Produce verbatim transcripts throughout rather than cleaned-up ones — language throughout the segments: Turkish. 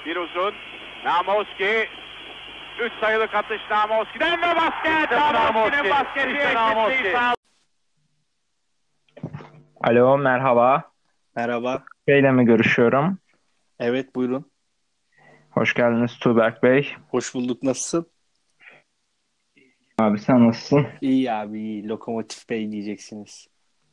Bir uzun. Namoski. Üç sayılık atış Namoski'den ve basket. Namoski'nin basketi eşitliği sağladı. Alo, merhaba. Merhaba. Bey'le mi görüşüyorum? Evet, buyurun. Hoş geldiniz Tuğberk Bey. Hoş bulduk. Nasılsın? Abi sen nasılsın? İyi abi, iyi. Lokomotif Bey diyeceksiniz.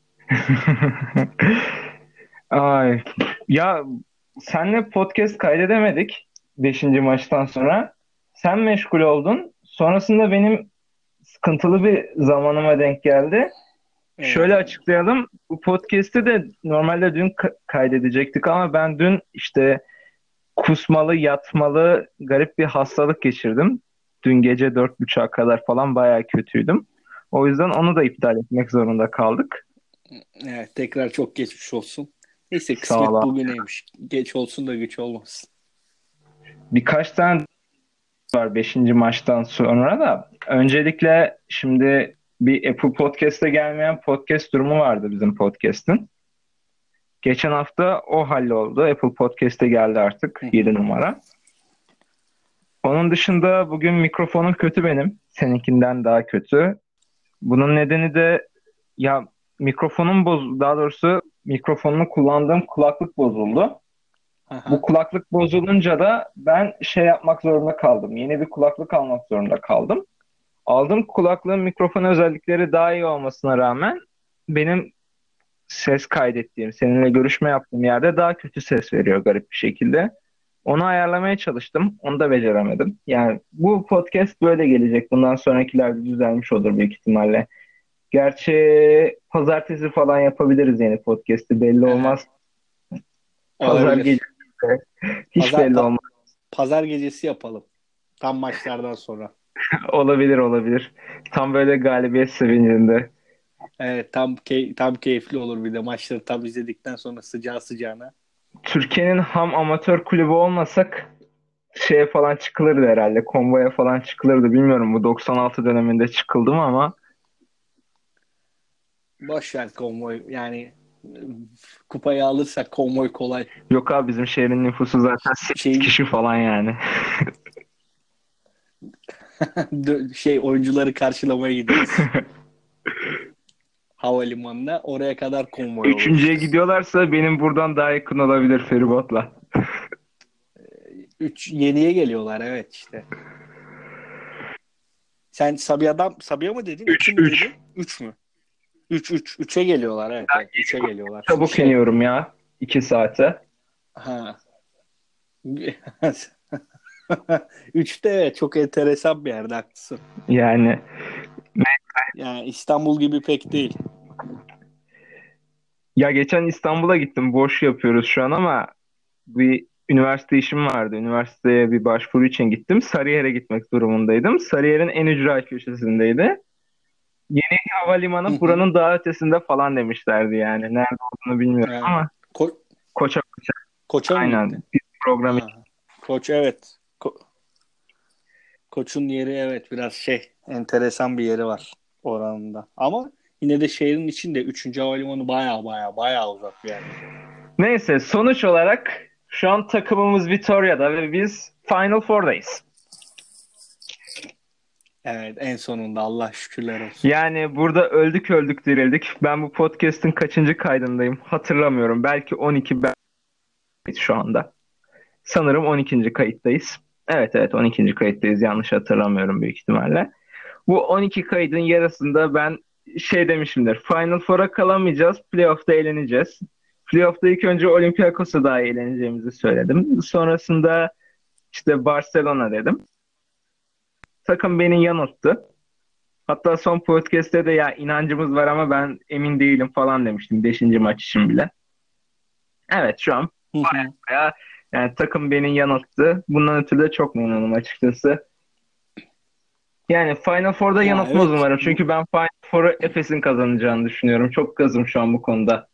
Ay, ya senle podcast kaydedemedik beşinci maçtan sonra. Sen meşgul oldun. Sonrasında benim sıkıntılı bir zamanıma denk geldi. Şöyle Evet. açıklayalım. Bu podcast'i de normalde dün ka- kaydedecektik ama ben dün işte kusmalı, yatmalı garip bir hastalık geçirdim. Dün gece dört buçuğa kadar falan bayağı kötüydüm. O yüzden onu da iptal etmek zorunda kaldık. Evet, tekrar çok geçmiş olsun. Neyse, Sağ ol kısmet abi. bugüneymiş. Geç olsun da güç olmasın. Birkaç tane var beşinci maçtan sonra da. Öncelikle şimdi bir Apple Podcast'e gelmeyen podcast durumu vardı bizim podcast'in. Geçen hafta o halloldu. Apple Podcast'e geldi artık Hı hı. yedi numara. Onun dışında bugün mikrofonum kötü benim. Seninkinden daha kötü. Bunun nedeni de ya mikrofonum boz daha doğrusu mikrofonumu kullandığım kulaklık bozuldu. Bu Aha. kulaklık bozulunca da ben şey yapmak zorunda kaldım. Yeni bir kulaklık almak zorunda kaldım. Aldığım kulaklığın mikrofon özellikleri daha iyi olmasına rağmen benim ses kaydettiğim, seninle görüşme yaptığım yerde daha kötü ses veriyor garip bir şekilde. Onu ayarlamaya çalıştım. Onu da beceremedim. Yani bu podcast böyle gelecek. Bundan sonrakilerde düzelmiş olur büyük ihtimalle. Gerçi pazartesi falan yapabiliriz yeni podcast'i. Belli Aha. olmaz. Pazar gecesi Olabilir. hiç Pazar, belli pa- olmaz. pazar gecesi yapalım. Tam maçlardan sonra. Olabilir olabilir. Tam böyle galibiyet sevincinde. Evet, tam key- tam keyifli olur bir de maçları tam izledikten sonra sıcağı sıcağına. Türkiye'nin ham amatör kulübü olmasak şeye falan çıkılırdı herhalde. Konvoya falan çıkılırdı. Bilmiyorum bu doksan altı döneminde çıkıldı mı ama Boş ver konvoy. Yani kupayı alırsak konvoy kolay. yok abi bizim şehrin nüfusu zaten sekiz Şey kişi falan yani. Dö- şey oyuncuları karşılamaya gideriz havalimanına. Oraya kadar konvoy Üçüncüye oluruz. gidiyorlarsa benim buradan daha yakın olabilir feribotla. Üç yediye geliyorlar, evet işte. Sen Sabiha'dan Sabiha mı dedin? Üç iki mi üç. dedin? Üç mü? Üç üç. Üçe geliyorlar, evet evet. Üçe geliyorlar. Çünkü Çabuk şey iniyorum ya. iki saate. ha. Üçte evet, çok enteresan bir yerde, haklısın. Yani Yani İstanbul gibi pek değil. ya geçen İstanbul'a gittim. Boş yapıyoruz şu an ama bir üniversite işim vardı. Üniversiteye bir başvuru için gittim. Sarıyer'e gitmek durumundaydım. Sarıyer'in en ücra köşesindeydi. Yeni Hı havalimanı hı. buranın daha ötesinde falan demişlerdi yani. Nerede olduğunu bilmiyorum Evet. ama Ko- Koça Koça. Koç'a mı Aynen. gitti? Bir program için. Ha. Koç, evet. Ko- Koç'un yeri, evet, biraz şey, enteresan bir yeri var oranında. Ama yine de şehrin içinde üçüncü havalimanı baya baya baya uzak bir yerde. Neyse sonuç olarak şu an takımımız Vitoria'da ve biz Final Four'dayız. Evet, en sonunda Allah şükürler olsun. Yani burada öldük öldük dirildik. Ben bu podcast'in kaçıncı kaydındayım hatırlamıyorum. Belki on iki belki şu anda. Sanırım on ikinci kayıttayız. Evet evet on ikinci kayıttayız. Yanlış hatırlamıyorum büyük ihtimalle. Bu on iki kaydın yarısında ben şey demişimdir. Final Four'a kalamayacağız. Playoff'ta eğleneceğiz. Playoff'ta ilk önce Olympiakos'a daha eğleneceğimizi söyledim. Sonrasında işte Barcelona dedim. Takım beni yanılttı. Hatta son podcast'te de ya inancımız var ama ben emin değilim falan demiştim. Beşinci maç için bile. Evet şu an Hı hı. bayağı yani takım beni yanılttı. Bundan ötürü de çok memnunum açıkçası. Yani Final Four'da Ya yanıltmaz evet, umarım. bu Çünkü ben Final Four'u Efes'in kazanacağını düşünüyorum. Çok gazım şu an bu konuda.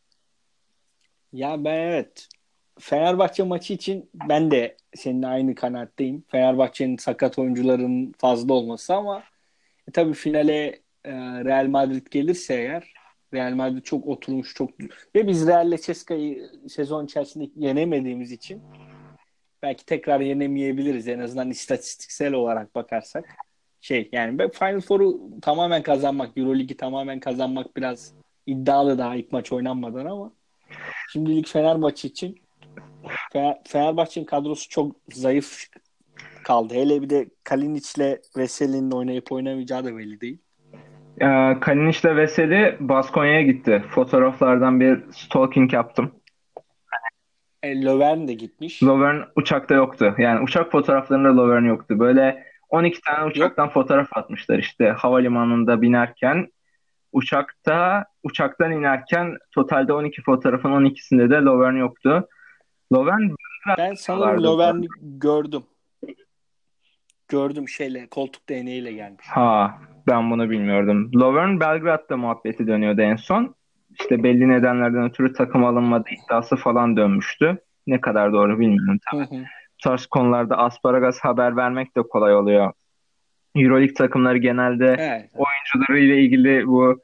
ya ben evet, Fenerbahçe maçı için ben de seninle aynı kanaatteyim. Fenerbahçe'nin sakat oyuncuların fazla olması ama e, tabii finale e, Real Madrid gelirse eğer, Real Madrid çok oturmuş, çok ve biz Real'le Ceska'yı sezon içerisinde yenemediğimiz için belki tekrar yenemeyebiliriz en azından istatistiksel olarak bakarsak. Şey yani ben Final Four'u tamamen kazanmak, Euroligi tamamen kazanmak biraz iddialı daha ilk maç oynanmadan ama şimdilik Fenerbahçe için Fener, Fenerbahçe'nin kadrosu çok zayıf kaldı. Hele bir de Kalinic'le Veseli'nin oynayıp oynamayacağı da belli değil. Ee, Kalinic'le Veseli Baskonya'ya gitti. Fotoğraflardan bir stalking yaptım. E, Löwen de gitmiş. Lovern uçakta yoktu. Yani uçak fotoğraflarında Lovern yoktu. Böyle on iki tane uçaktan fotoğraf atmışlar işte havalimanında binerken, uçakta, uçaktan inerken totalde on iki fotoğrafın on ikisinde de Lovern yoktu. Lovern Ben sanırım Löwen'i gördüm. Gördüm şeyle, koltuk değneğiyle gelmiş. Ha, ben bunu bilmiyordum. Lovern Belgrad'da muhabbeti dönüyordu en son. İşte belli nedenlerden ötürü takım alınmadı iddiası falan dönmüştü. Ne kadar doğru bilmiyorum tabii. Hı hı. Bu tarz konularda asparagas haber vermek de kolay oluyor. Euroleague takımları genelde Evet. oyuncularıyla ilgili bu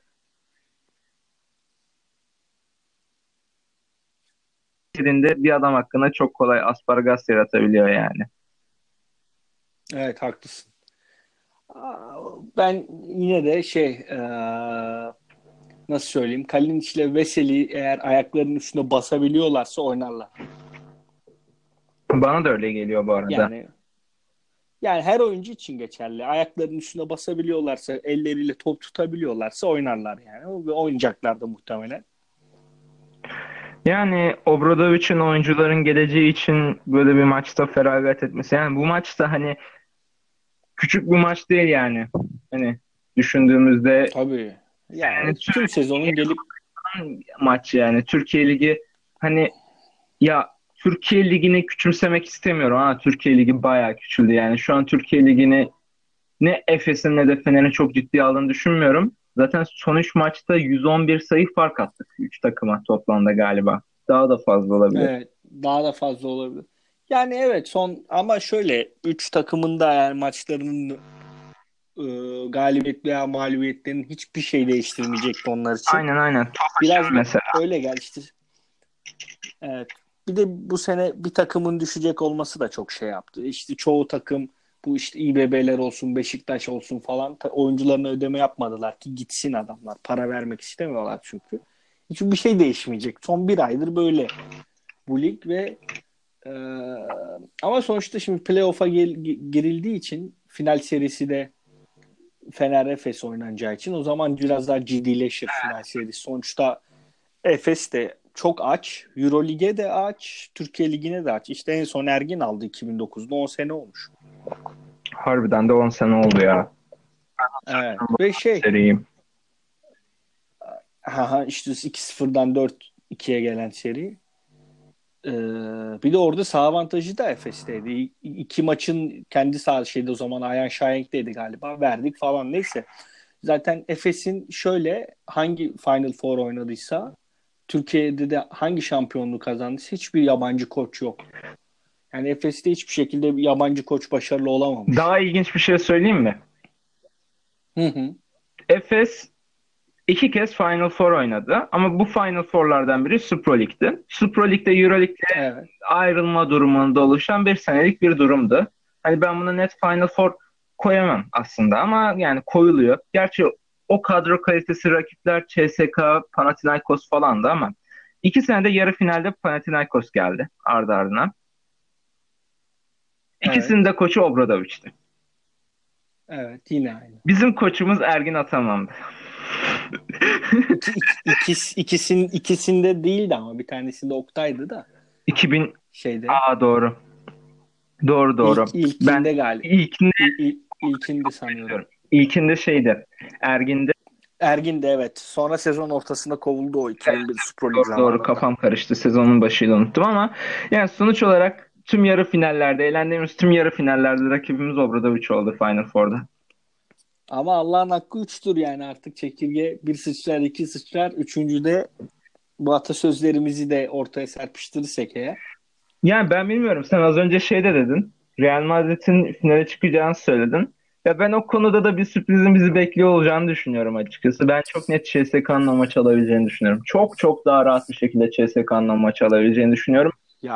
birinde bir adam hakkında çok kolay asparagas yaratabiliyor yani. Evet haklısın. Aa, Ben yine de şey eee, nasıl söyleyeyim Kalinic ile Veseli eğer ayaklarının üstüne basabiliyorlarsa oynarlar. Bana da öyle geliyor bu arada. Yani yani her oyuncu için geçerli. Ayaklarının üstüne basabiliyorlarsa, elleriyle top tutabiliyorlarsa oynarlar yani. Ve oynayacaklar da muhtemelen. Yani Obradovic'in oyuncuların geleceği için böyle bir maçta feragat etmesi. Yani bu maçta hani küçük bir maç değil yani. Hani düşündüğümüzde Tabii. Yani yani tüm sezonun gelip maç yani. Türkiye Ligi hani ya Türkiye Ligi'ni küçümsemek istemiyorum ama Türkiye Ligi bayağı küçüldü. Yani şu an Türkiye Ligi'ni ne Efes'in ne de Fener'in çok ciddiye aldığını düşünmüyorum. Zaten son üç maçta yüz on bir sayı fark attık üç takıma toplamda galiba. Daha da fazla olabilir. evet, daha da fazla olabilir. Yani evet son ama şöyle üç takımın da yani maçlarının e, galibiyet veya mağlubiyetlerinin hiçbir şey değiştirmeyecekti onlar için. Aynen aynen. Biraz da mesela. öyle geldi. Evet. Bir de bu sene bir takımın düşecek olması da çok şey yaptı. İşte çoğu takım bu işte İBB'ler olsun, Beşiktaş olsun falan ta- oyuncularına ödeme yapmadılar ki gitsin adamlar. Para vermek istemiyorlar çünkü. Hiçbir şey değişmeyecek. Son bir aydır böyle bu lig ve e, ama sonuçta şimdi playoff'a gel- girildiği için final serisi de Fener Efes oynanacağı için o zaman biraz daha ciddileşir final serisi. Sonuçta Efes de çok aç. Eurolig'e de aç. Türkiye Ligi'ne de aç. İşte en son Ergin aldı iki bin dokuzda. on sene olmuş. Harbiden de on sene oldu ya. Evet. Ve şey Seriyim. ha işte iki sıfırdan dört ikiye gelen seri. Ee, bir de orada saha avantajı da Efes'teydi. İ- İki maçın kendi saha şeyde o zaman Ayhan Şahenk'teydi galiba. Verdik falan neyse. Zaten Efes'in şöyle hangi Final Four oynadıysa Türkiye'de de hangi şampiyonluğu kazandıysa hiçbir yabancı koç yok. Yani Efes'te hiçbir şekilde bir yabancı koç başarılı olamamış. Daha ilginç bir şey söyleyeyim mi? Hı hı. Efes iki kez Final Four oynadı. Ama bu Final Four'lardan biri Super Lig'ti. Super Lig'de Euroleague'de Evet. ayrılma durumunda oluşan bir senelik bir durumdu. Hani ben buna net Final Four koyamam aslında ama yani koyuluyor. Gerçi o kadro kalitesi rakipler C S K, Panathinaikos falandı ama iki senede yarı finalde Panathinaikos geldi ardı ardına. İkisinin Evet. de koçu Obradovic'ti. Evet. Yine aynı. Bizim koçumuz Ergin Ataman'dı. İki, iki, ikis, ikisin, ikisinde değildi ama bir tanesinde Oktay'dı da iki bin şeyde. Aa doğru. Doğru doğru. İlk, ilkinde Ben galiba. ilkinde İl, il, ilkinde sanıyorum. ilkinde şeydi. Ergin'de Ergin de evet. Sonra sezon ortasında kovuldu o iki bin bir Super Lig doğru, doğru zamanında. kafam karıştı. Sezonun başıyla unuttum ama yani sonuç olarak tüm yarı finallerde, eğlendiğimiz tüm yarı finallerde rakibimiz Obradovic oldu Final Four'da. Ama Allah'ın hakkı üçtür yani artık çekirge bir sıçrar iki sıçrar. Üçüncüde bu atasözlerimizi de ortaya serpiştirirsek eğer. Yani ben bilmiyorum. Sen az önce şey de dedin. Real Madrid'in finale çıkacağını söyledin. Ya ben o konuda da bir sürprizin bizi bekliyor olacağını düşünüyorum açıkçası. Ben çok net C S K'nın o maçı alabileceğini düşünüyorum. Çok çok daha rahat bir şekilde C S K'nın o maçı alabileceğini düşünüyorum. Ya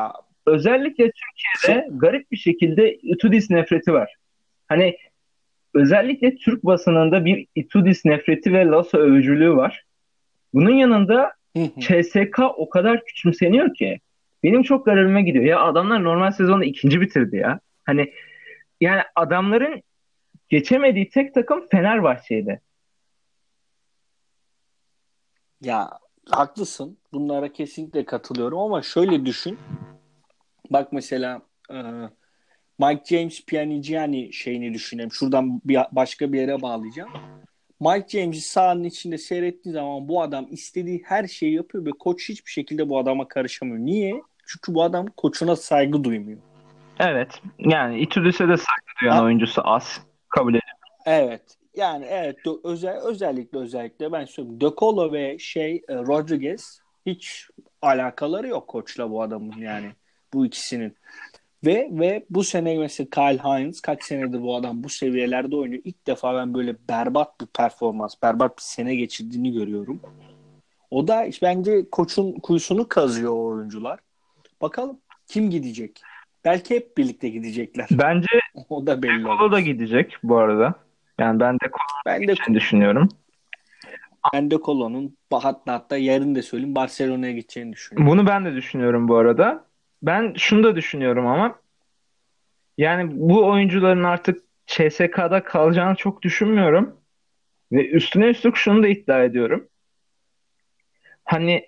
özellikle Türkiye'de garip bir şekilde Itudis nefreti var. Hani özellikle Türk basınında bir Itudis nefreti ve Lasso övücülüğü var. Bunun yanında C S K o kadar küçümseniyor ki benim çok garibime gidiyor. Ya adamlar normal sezonda ikinci bitirdi ya. Hani yani adamların geçemediği tek takım Fenerbahçe'ydi. Ya haklısın. Bunlara kesinlikle katılıyorum ama şöyle düşün. Bak mesela e, Mike James Pianigiani şeyini düşünelim. Şuradan bir, başka bir yere bağlayacağım. Mike James'i sahanın içinde seyrettiği zaman bu adam istediği her şeyi yapıyor ve koç hiçbir şekilde bu adama karışamıyor. Niye? Çünkü bu adam koçuna saygı duymuyor. Evet. Yani Itudis'e de saygı duyan Ha, oyuncusu az. Kabul ediyorum. evet. Yani evet özel, özellikle özellikle ben söyleyeyim. De Colo ve şey e, Rodriguez hiç alakaları yok koçla bu adamın yani bu ikisinin. Ve ve bu sene mesela Kyle Hines kaç senedir bu adam bu seviyelerde oynuyor. İlk defa ben böyle berbat bir performans, berbat bir sene geçirdiğini görüyorum. O da bence koçun kuyusunu kazıyor o oyuncular. Bakalım kim gidecek? Belki hep birlikte gidecekler. Bence O da belli Kolo da olmaz. gidecek bu arada. Yani ben de Kolo'nun Ben de gideceğini düşünüyorum. ben de Kolo'nun hatta hatta yarın da söyleyeyim Barcelona'ya gideceğini düşünüyorum. Bunu ben de düşünüyorum bu arada. Ben şunu da düşünüyorum ama yani bu oyuncuların artık C S K'da kalacağını çok düşünmüyorum. Ve üstüne üstlük şunu da iddia ediyorum. Hani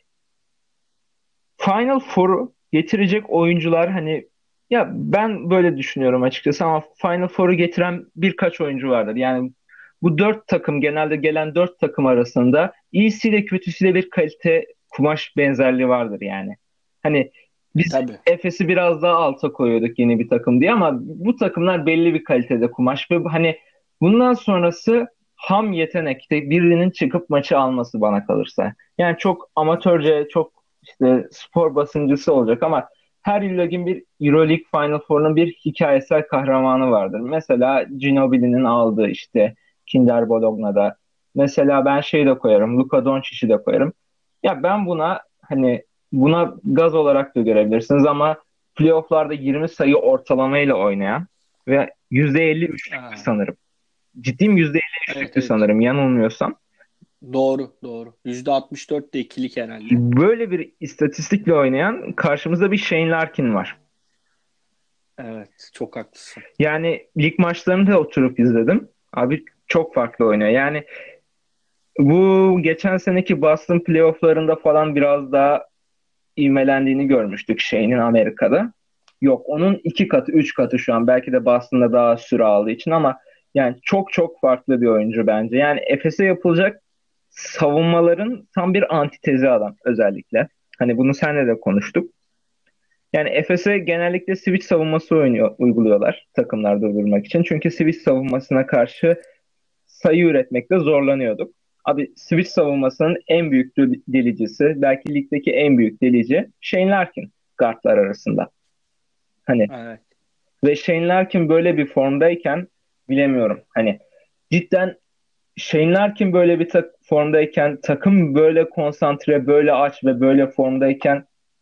Final Four'u getirecek oyuncular hani ya ben böyle düşünüyorum açıkçası ama Final Four'u getiren birkaç oyuncu vardır. Yani bu dört takım genelde gelen dört takım arasında iyisiyle kötüsüyle bir kalite kumaş benzerliği vardır yani. Hani biz Tabii. Efes'i biraz daha alta koyuyorduk yeni bir takım diye ama bu takımlar belli bir kalitede kumaş ve hani bundan sonrası ham yetenek işte birinin çıkıp maçı alması bana kalırsa. Yani çok amatörce çok işte spor basıncısı olacak ama her ligin bir EuroLeague Final Four'un bir hikayesel kahramanı vardır. Mesela Ginobili'nin aldığı işte Kinder Bologna'da. Mesela ben şeyi de koyarım. Luka Doncic'i de koyarım. Ya ben buna hani buna gaz olarak da görebilirsiniz ama playoff'larda yirmi sayı ortalamayla oynayan ve yüzde elli üçlüktü Aa, sanırım. Ciddiyim yüzde elli evet üçlüktü evet. sanırım yanılmıyorsam. Doğru doğru. yüzde altmış dört de ikilik herhalde. Böyle bir istatistikle oynayan karşımızda bir Shane Larkin var. Evet çok haklısın. Yani lig maçlarını da oturup izledim. Abi çok farklı oynuyor. Yani bu geçen seneki Boston playofflarında falan biraz daha ivmelendiğini görmüştük şeyinin Amerika'da. Yok onun iki katı, üç katı şu an. Belki de Boston'da daha süre aldığı için ama yani çok çok farklı bir oyuncu bence. Yani Efes'e yapılacak savunmaların tam bir antitezi adam özellikle. Hani bunu seninle de konuştuk. Yani Efes'e genellikle switch savunması oynuyor, uyguluyorlar takımlar durdurmak için. Çünkü switch savunmasına karşı sayı üretmekte zorlanıyorduk. Abi switch savunmasının en büyük delicisi, belki ligdeki en büyük delici Shane Larkin guardlar arasında. Hani Evet. ve Shane Larkin böyle bir formdayken bilemiyorum. Hani cidden Shane Larkin böyle bir tak formdayken, takım böyle konsantre, böyle aç ve böyle formdayken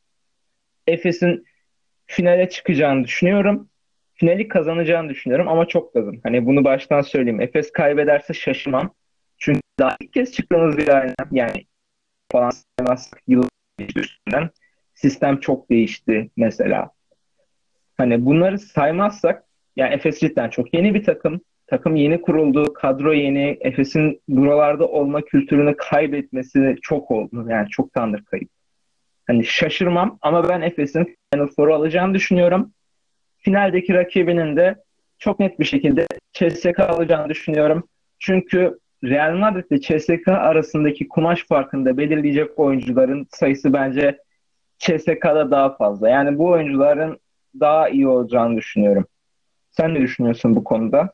Efes'in finale çıkacağını düşünüyorum. Finali kazanacağını düşünüyorum ama çok gazım. Hani bunu baştan söyleyeyim. Efes kaybederse şaşırmam. Çünkü daha ilk kez çıktığımız bir arena yani falan saymazsak yıl üstünden sistem çok değişti mesela. Hani bunları saymazsak yani Efes cidden çok yeni bir takım. Takım yeni kuruldu. Kadro yeni. Efes'in buralarda olma kültürünü kaybetmesi çok oldu. Yani çoktandır kayıp. Hani şaşırmam ama ben Efes'in Final Four'u alacağını düşünüyorum. Finaldeki rakibinin de çok net bir şekilde C S K alacağını düşünüyorum. Çünkü Real Madrid ile C S K arasındaki kumaş farkında belirleyecek oyuncuların sayısı bence C S K'da daha fazla. Yani bu oyuncuların daha iyi olacağını düşünüyorum. Sen ne düşünüyorsun bu konuda?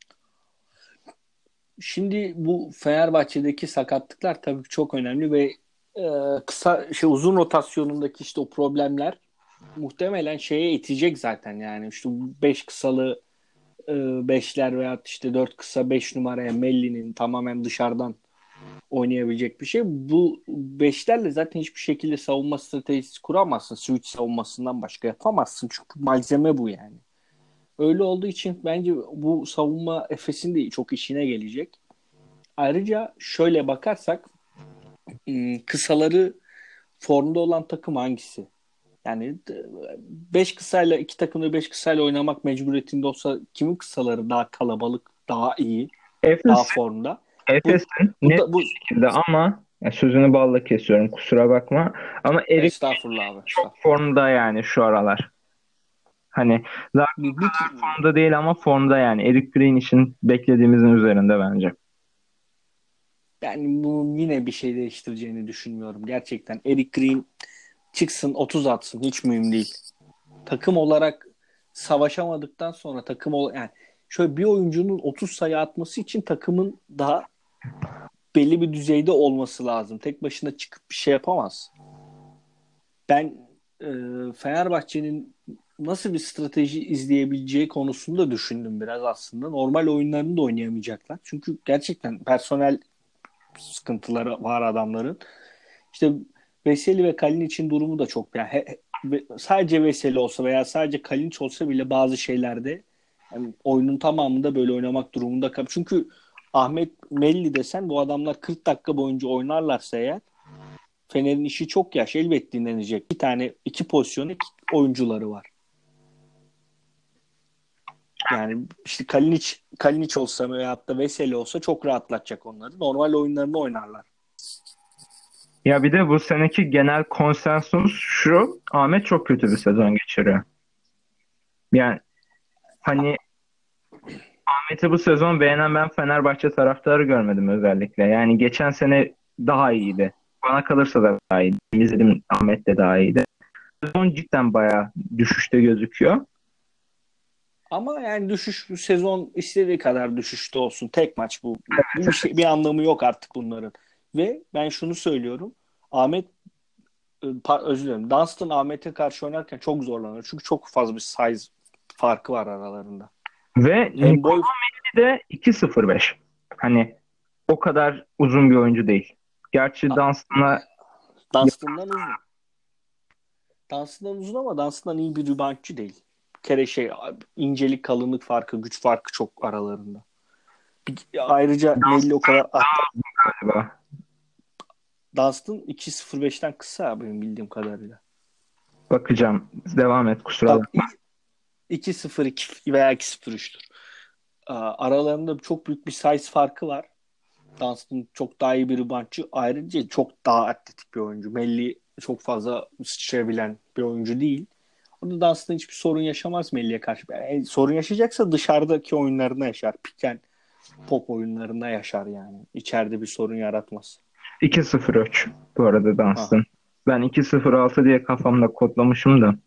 Şimdi bu Fenerbahçe'deki sakatlıklar tabii ki çok önemli ve e, kısa şey uzun rotasyonundaki işte o problemler muhtemelen şeye itecek zaten yani işte beş kısalı e, beşler veya işte dört kısa beş numaraya Melli'nin tamamen dışarıdan oynayabilecek bir şey. Bu beşlerle zaten hiçbir şekilde savunma stratejisi kuramazsın. Switch savunmasından başka yapamazsın. Çünkü malzeme bu yani. Öyle olduğu için bence bu savunma Efes'in de çok işine gelecek. Ayrıca şöyle bakarsak kısaları formda olan takım hangisi? Yani beş kısayla iki takımda beş kısayla oynamak mecburiyetinde olsa kimin kısaları daha kalabalık, daha iyi, Efes, daha formda? Efes'in Bu, net bu, bu, bir şekilde ama ya sözünü balla kesiyorum kusura bakma ama Eric estağfurullah abi. çok formda yani şu aralar. Hani zaten Bir, bir, formda değil ama formda yani. Eric Green için beklediğimizin üzerinde bence. yani bu yine bir şey değiştireceğini düşünmüyorum. Gerçekten Eric Green çıksın otuz atsın hiç mühim değil. Takım olarak savaşamadıktan sonra takım ol yani şöyle bir oyuncunun otuz sayı atması için takımın daha belli bir düzeyde olması lazım. Tek başına çıkıp bir şey yapamaz. Ben e, Fenerbahçe'nin nasıl bir strateji izleyebileceği konusunda düşündüm biraz aslında. Normal oyunlarını da oynayamayacaklar. Çünkü gerçekten personel sıkıntıları var adamların. İşte Veseli ve Kalinic'in durumu da çok yani he, he, sadece Veseli olsa veya sadece Kalinic olsa bile bazı şeylerde yani oyunun tamamında böyle oynamak durumunda kal. Çünkü Ahmet Melli desen bu adamlar kırk dakika boyunca oynarlarsa eğer Fener'in işi çok yaş. Elbet dinlenecek. Bir tane iki pozisyon iki oyuncuları var. Yani işte Kalinic, Kalinic olsa veyahut da Veseli olsa çok rahatlatacak onları. Normal oyunlarını oynarlar. Ya bir de bu seneki genel konsensus şu. Ahmet çok kötü bir sezon geçiriyor. Yani hani Ahmet'i bu sezon beğenen ben Fenerbahçe taraftarı görmedim özellikle. Yani geçen sene daha iyiydi. Bana kalırsa da daha iyiydi. İzledim Ahmet de daha iyiydi. Sezon cidden bayağı düşüşte gözüküyor. Ama yani düşüş bu sezon istediği kadar düşüşte olsun. Tek maç bu. Bir şey bir anlamı yok artık bunların. Ve ben şunu söylüyorum. Ahmet par- özür dilerim. Dunstan Ahmet'e karşı oynarken çok zorlanır. Çünkü çok fazla bir size farkı var aralarında. Ve Hem boy de iki sıfır beş. Hani o kadar uzun bir oyuncu değil. Gerçi Dunstan'la Dunstan'dan uzun. Dunstan'dan uzun ama Dunstan'dan iyi bir reboundçı değil. Bir kere şey incelik, kalınlık farkı, güç farkı çok aralarında. Bir, ayrıca Melli o kadar at. galiba. Dunstan iki sıfır beşten kısa benim bildiğim kadarıyla. Bakacağım. Devam et kusura Bak bakma. iki sıfır iki veya iki sıfır üçtür. Aralarında çok büyük bir size farkı var. Dunstan çok daha iyi bir reboundçı. Ayrıca çok daha atletik bir oyuncu. Melli çok fazla sıçrayabilen bir oyuncu değil. Orada Dunstan hiçbir sorun yaşamaz Melli'ye karşı. Yani sorun yaşayacaksa dışarıdaki oyunlarına yaşar. Piken pop oyunlarında yaşar yani. İçeride bir sorun yaratmaz. iki sıfır üç bu arada Dunstan. Aha. Ben iki sıfır altı diye kafamda kodlamışım da.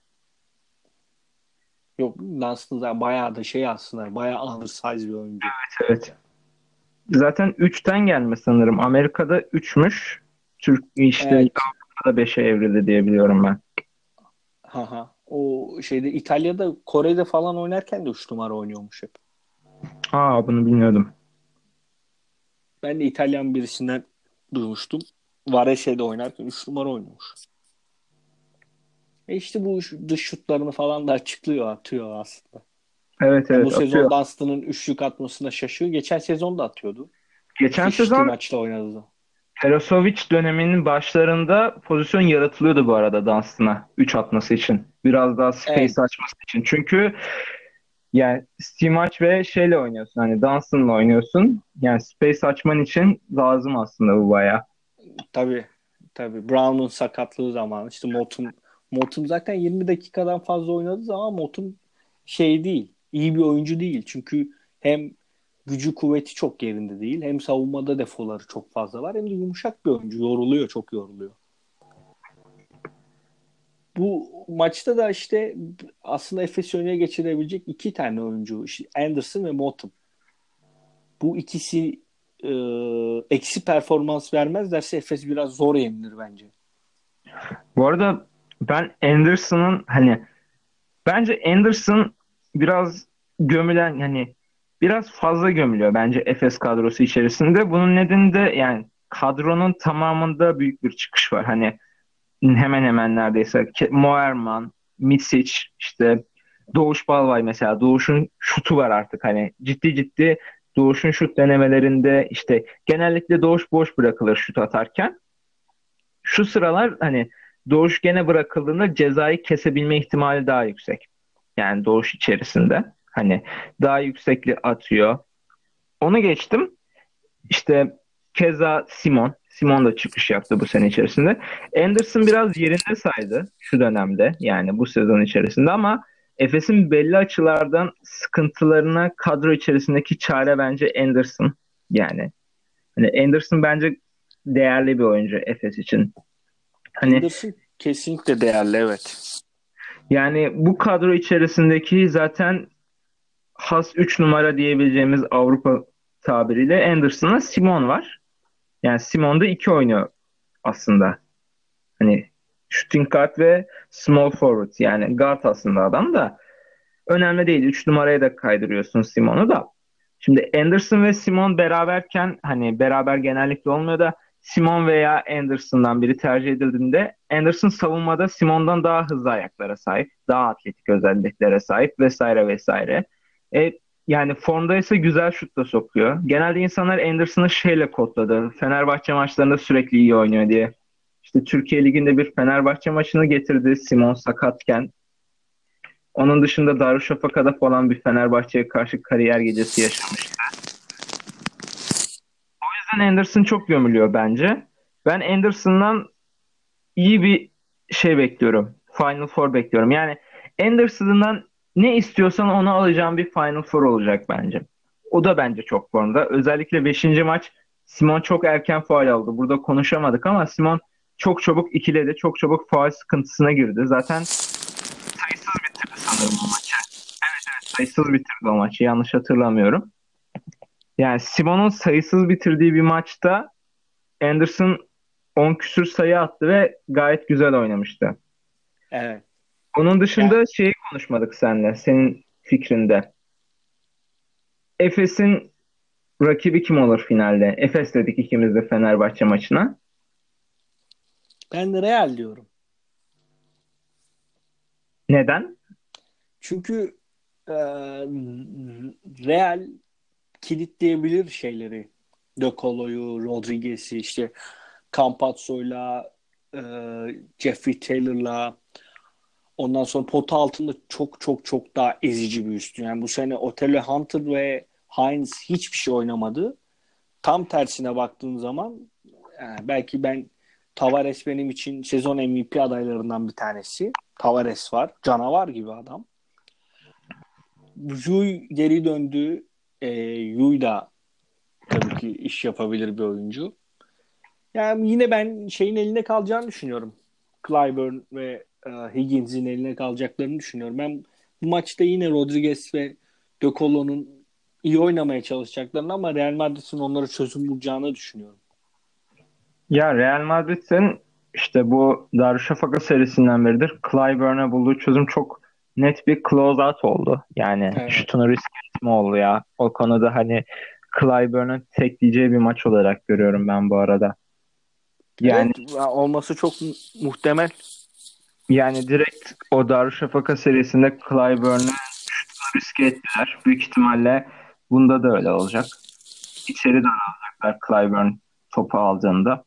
Yok Dunstan da bayağı da şey aslında. Bayağı undersize bir oyuncu. Evet. Zaten üçten gelme sanırım. Amerika'da üçmüş. Türk işte Evet. Avrupa'da beşe evrildi diye biliyorum ben. Haha. O şeyde İtalya'da Kore'de falan oynarken de üç numara oynuyormuş hep. Aa bunu bilmiyordum. Ben de İtalyan birisinden duymuştum. Varese'de oynarken üç numara oynuyormuş. E işte bu dış şutlarını falan da açıklıyor, atıyor aslında. Evet Yani evet bu sezon atıyor. Dunstan'ın üçlük atmasına şaşıyor. Geçen sezon da atıyordu. Geçen Fişti sezon maçta oynadı. Perosovic döneminin başlarında pozisyon yaratılıyordu bu arada Dunstan'a üç atması için. Biraz daha space Evet. açması için. Çünkü yani Stimac ve şeyle oynuyorsun. Hani Dunstan'la oynuyorsun. Yani space açman için lazım aslında bu bayağı. Tabii. Tabii. Brown'un sakatlığı zamanı. İşte Motum Motum zaten yirmi dakikadan fazla oynadığı zaman Motum şey değil. İyi bir oyuncu değil. Çünkü hem gücü kuvveti çok yerinde değil. Hem savunmada defoları çok fazla var. Hem de yumuşak bir oyuncu. Yoruluyor. Çok yoruluyor. Bu maçta da işte aslında Efes'i öne geçirebilecek iki tane oyuncu. İşte Anderson ve Motum. Bu ikisi e, eksi performans vermezlerse Efes biraz zor yenilir bence. Bu arada ben Anderson'ın hani bence Anderson biraz gömülen hani biraz fazla gömülüyor bence Efes kadrosu içerisinde. Bunun nedeni de yani kadronun tamamında büyük bir çıkış var. Hani hemen hemen neredeyse Ke- Moerman, Misic, işte Doğuş Balvay mesela. Doğuş'un şutu var artık, hani ciddi ciddi Doğuş'un şut denemelerinde işte genellikle Doğuş boş bırakılır şut atarken. Şu sıralar hani Doğuş gene bırakıldığında cezayı kesebilme ihtimali daha yüksek. Yani Doğuş içerisinde hani daha yüksekli atıyor. Onu geçtim. İşte keza Simon. Simon da çıkış yaptı bu sene içerisinde. Anderson biraz yerinde saydı şu dönemde, yani bu sezon içerisinde, ama Efes'in belli açılardan sıkıntılarına kadro içerisindeki çare bence Anderson. Yani hani Anderson bence değerli bir oyuncu Efes için. Hani Anderson kesinlikle değerli, evet. yani bu kadro içerisindeki zaten has üç numara diyebileceğimiz Avrupa tabiriyle Anderson'la Simon var. Yani Simon da iki oynuyor aslında. Hani shooting guard ve small forward, yani guard aslında adam da. Önemli değil. Üç numaraya da kaydırıyorsun Simon'u da. Şimdi Anderson ve Simon beraberken, hani beraber genellikle olmuyor da, Simon veya Anderson'dan biri tercih edildiğinde Anderson savunmada Simon'dan daha hızlı ayaklara sahip, daha atletik özelliklere sahip vesaire vesaire. E, yani formdaysa güzel şut da sokuyor. Genelde insanlar Anderson'ı şeyle kodladı. Fenerbahçe maçlarında sürekli iyi oynuyor diye. İşte Türkiye Ligi'nde bir Fenerbahçe maçını getirdi Simon sakatken. Onun dışında Darüşşafaka'da falan bir Fenerbahçe'ye karşı kariyer gecesi yaşamıştı. O yüzden Anderson çok gömülüyor bence. Ben Anderson'dan iyi bir şey bekliyorum. Final Four bekliyorum. Yani Anderson'dan ne istiyorsan onu alacağım bir Final Four olacak bence. O da bence çok formda. Özellikle beşinci maç Simon çok erken faul aldı. Burada konuşamadık ama Simon çok çabuk ikiledi. Çok çabuk faul sıkıntısına girdi. Zaten sayısız bitirdi sanırım o maçı. Sayısız bitirdi o maçı. Yanlış hatırlamıyorum. Yani Simon'un sayısız bitirdiği bir maçta Anderson on küsür sayı attı ve gayet güzel oynamıştı. Evet. Onun Yani dışında şeyi konuşmadık seninle. Senin fikrinde. Efes'in rakibi kim olur finalde? Efes dedik ikimiz de Fenerbahçe maçına. ben de Real diyorum. Neden? Çünkü e, Real kilitleyebilir şeyleri. De Colo'yu, Rodriguez'i, işte Campazzo'yla, e, Jeffrey Taylor'la, ondan sonra pota altında çok çok çok daha ezici bir üstün. Yani bu sene Otello Hunter ve Hines hiçbir şey oynamadı. Tam tersine baktığın zaman yani belki ben Tavares benim için sezon M V P adaylarından bir tanesi. Tavares var. Canavar gibi adam. Yuy geri döndü. E, Yuy da tabii ki iş yapabilir bir oyuncu. Yani yine ben şeyin elinde kalacağını düşünüyorum. Clyburn ve e, Higgins'in eline kalacaklarını düşünüyorum. Ben bu maçta yine Rodriguez ve De Colo'nun iyi oynamaya çalışacaklarını ama Real Madrid'in onlara çözüm bulacağını düşünüyorum. Ya Real Madrid'in işte bu Darüşşafaka serisinden beridir Clyburn'a bulduğu çözüm çok net bir close-out oldu. Yani Evet. şutunu risk etme oldu ya. O konuda hani Clyburn'un tekleyeceği bir maç olarak görüyorum ben bu arada. Yani Evet, olması çok mu- muhtemel. yani direkt o Darüşşafaka serisinde Clyburn'u riske ettiler. Büyük ihtimalle bunda da öyle olacak. İçeri daralacaklar Clyburn topu aldığında.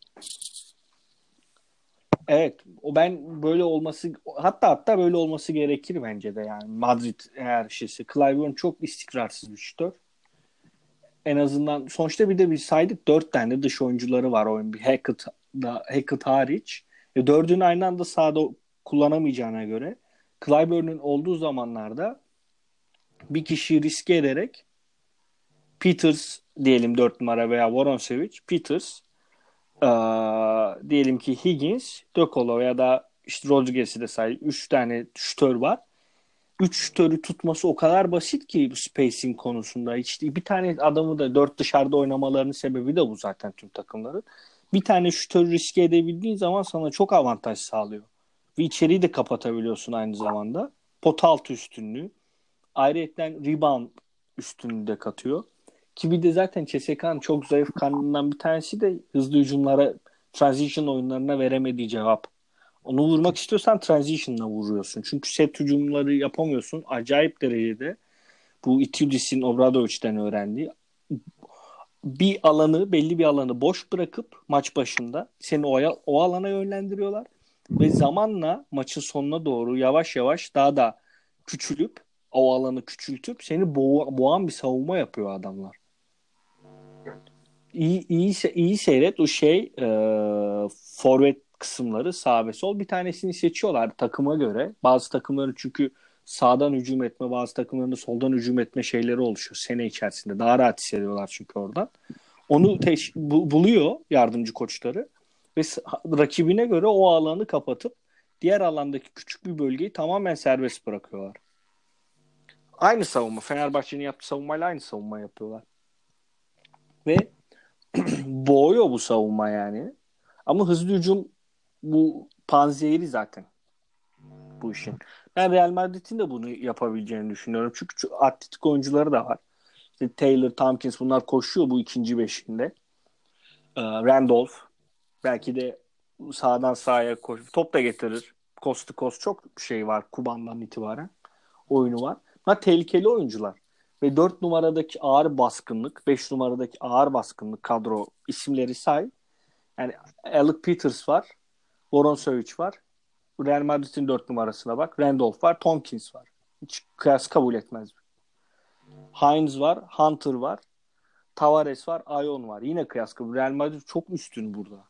Evet, o ben böyle olması hatta hatta böyle olması gerekir bence de yani Madrid eğer şeyse. Clyburn çok istikrarsız bir şutör. En azından sonuçta bir de bir saydık dört tane dış oyuncuları var oyun. Bir Hackett da Hackett hariç. E, dördünü aynı anda sahada kullanamayacağına göre Clyburn'un olduğu zamanlarda bir kişiyi riske ederek Peters diyelim dört numara veya Voronsevic, Peters, ee, diyelim ki Higgins, De Colo ya da işte Rodriguez'i de say. Üç tane şütör var. Üç şütörü tutması o kadar basit ki bu spacing konusunda. İşte bir tane adamı da dört dışarıda oynamalarının sebebi de bu zaten tüm takımların. Bir tane şütörü riske edebildiğin zaman sana çok avantaj sağlıyor. Ve içeriği de kapatabiliyorsun aynı zamanda. Pot altı üstünlüğü. Ayrıca rebound üstünlüğü de katıyor. Ki bir de zaten C S K'nın çok zayıf kanından bir tanesi de hızlı hücumlara, transition oyunlarına veremediği cevap. Onu vurmak istiyorsan transition'la vuruyorsun. Çünkü set hücumları yapamıyorsun. Acayip derecede bu Itudis'in Obradovic'den öğrendiği bir alanı, belli bir alanı boş bırakıp maç başında seni o, o alana yönlendiriyorlar ve zamanla maçın sonuna doğru yavaş yavaş daha da küçülüp o alanı küçültüp seni boğ- boğan bir savunma yapıyor adamlar. İyi, iyi, iyi seyret o şey e, forvet kısımları sağ ve sol bir tanesini seçiyorlar takıma göre. Bazı takımların çünkü sağdan hücum etme, bazı takımların da soldan hücum etme şeyleri oluşuyor sene içerisinde. Daha rahat hissediyorlar çünkü oradan. Onu teş- bu- buluyor yardımcı koçları ve s- rakibine göre o alanı kapatıp diğer alandaki küçük bir bölgeyi tamamen serbest bırakıyorlar. Aynı savunma. Fenerbahçe'nin yaptığı savunmayla aynı savunma yapıyorlar. Ve boğuyor bu savunma yani. Ama hızlı hücum bu panzehiri zaten bu işin. Ben Real Madrid'in de bunu yapabileceğini düşünüyorum. Çünkü çok atletik oyuncuları da var. İşte Taylor, Tompkins bunlar koşuyor bu ikinci beşinde. Ee, Randolph belki de sağdan sağa koş. Top da getirir. Coast to coast çok şey var Kuban'dan itibaren. Oyunu var. Bunlar tehlikeli oyuncular. Ve dört numaradaki ağır baskınlık, beş numaradaki ağır baskınlık kadro isimleri say. Yani Alec Peters var. Voronsevic var. Real Madrid'in dört numarasına bak. Randolph var. Tompkins var. Hiç kıyas kabul etmez. Hines var. Hunter var. Tavares var. Ayon var. Yine kıyas kabul. Real Madrid çok üstün burada.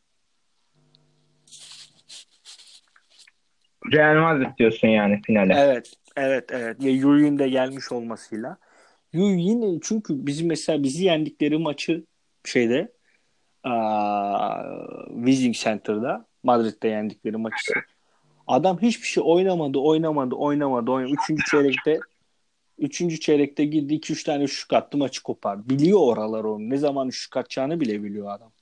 Real Madrid diyorsun yani finale. Evet. Evet. Evet. Ve Yuyun de gelmiş olmasıyla. Yuy yine çünkü bizim mesela bizi yendikleri maçı şeyde aa, Wizing Center'da Madrid'de yendikleri maçı. Adam hiçbir şey oynamadı, oynamadı, oynamadı, oynamadı. Üçüncü çeyrekte üçüncü çeyrekte girdi, iki üç tane şut attı, maçı kopar. Biliyor oraları onu. Ne zaman şut atacağını bile biliyor adam.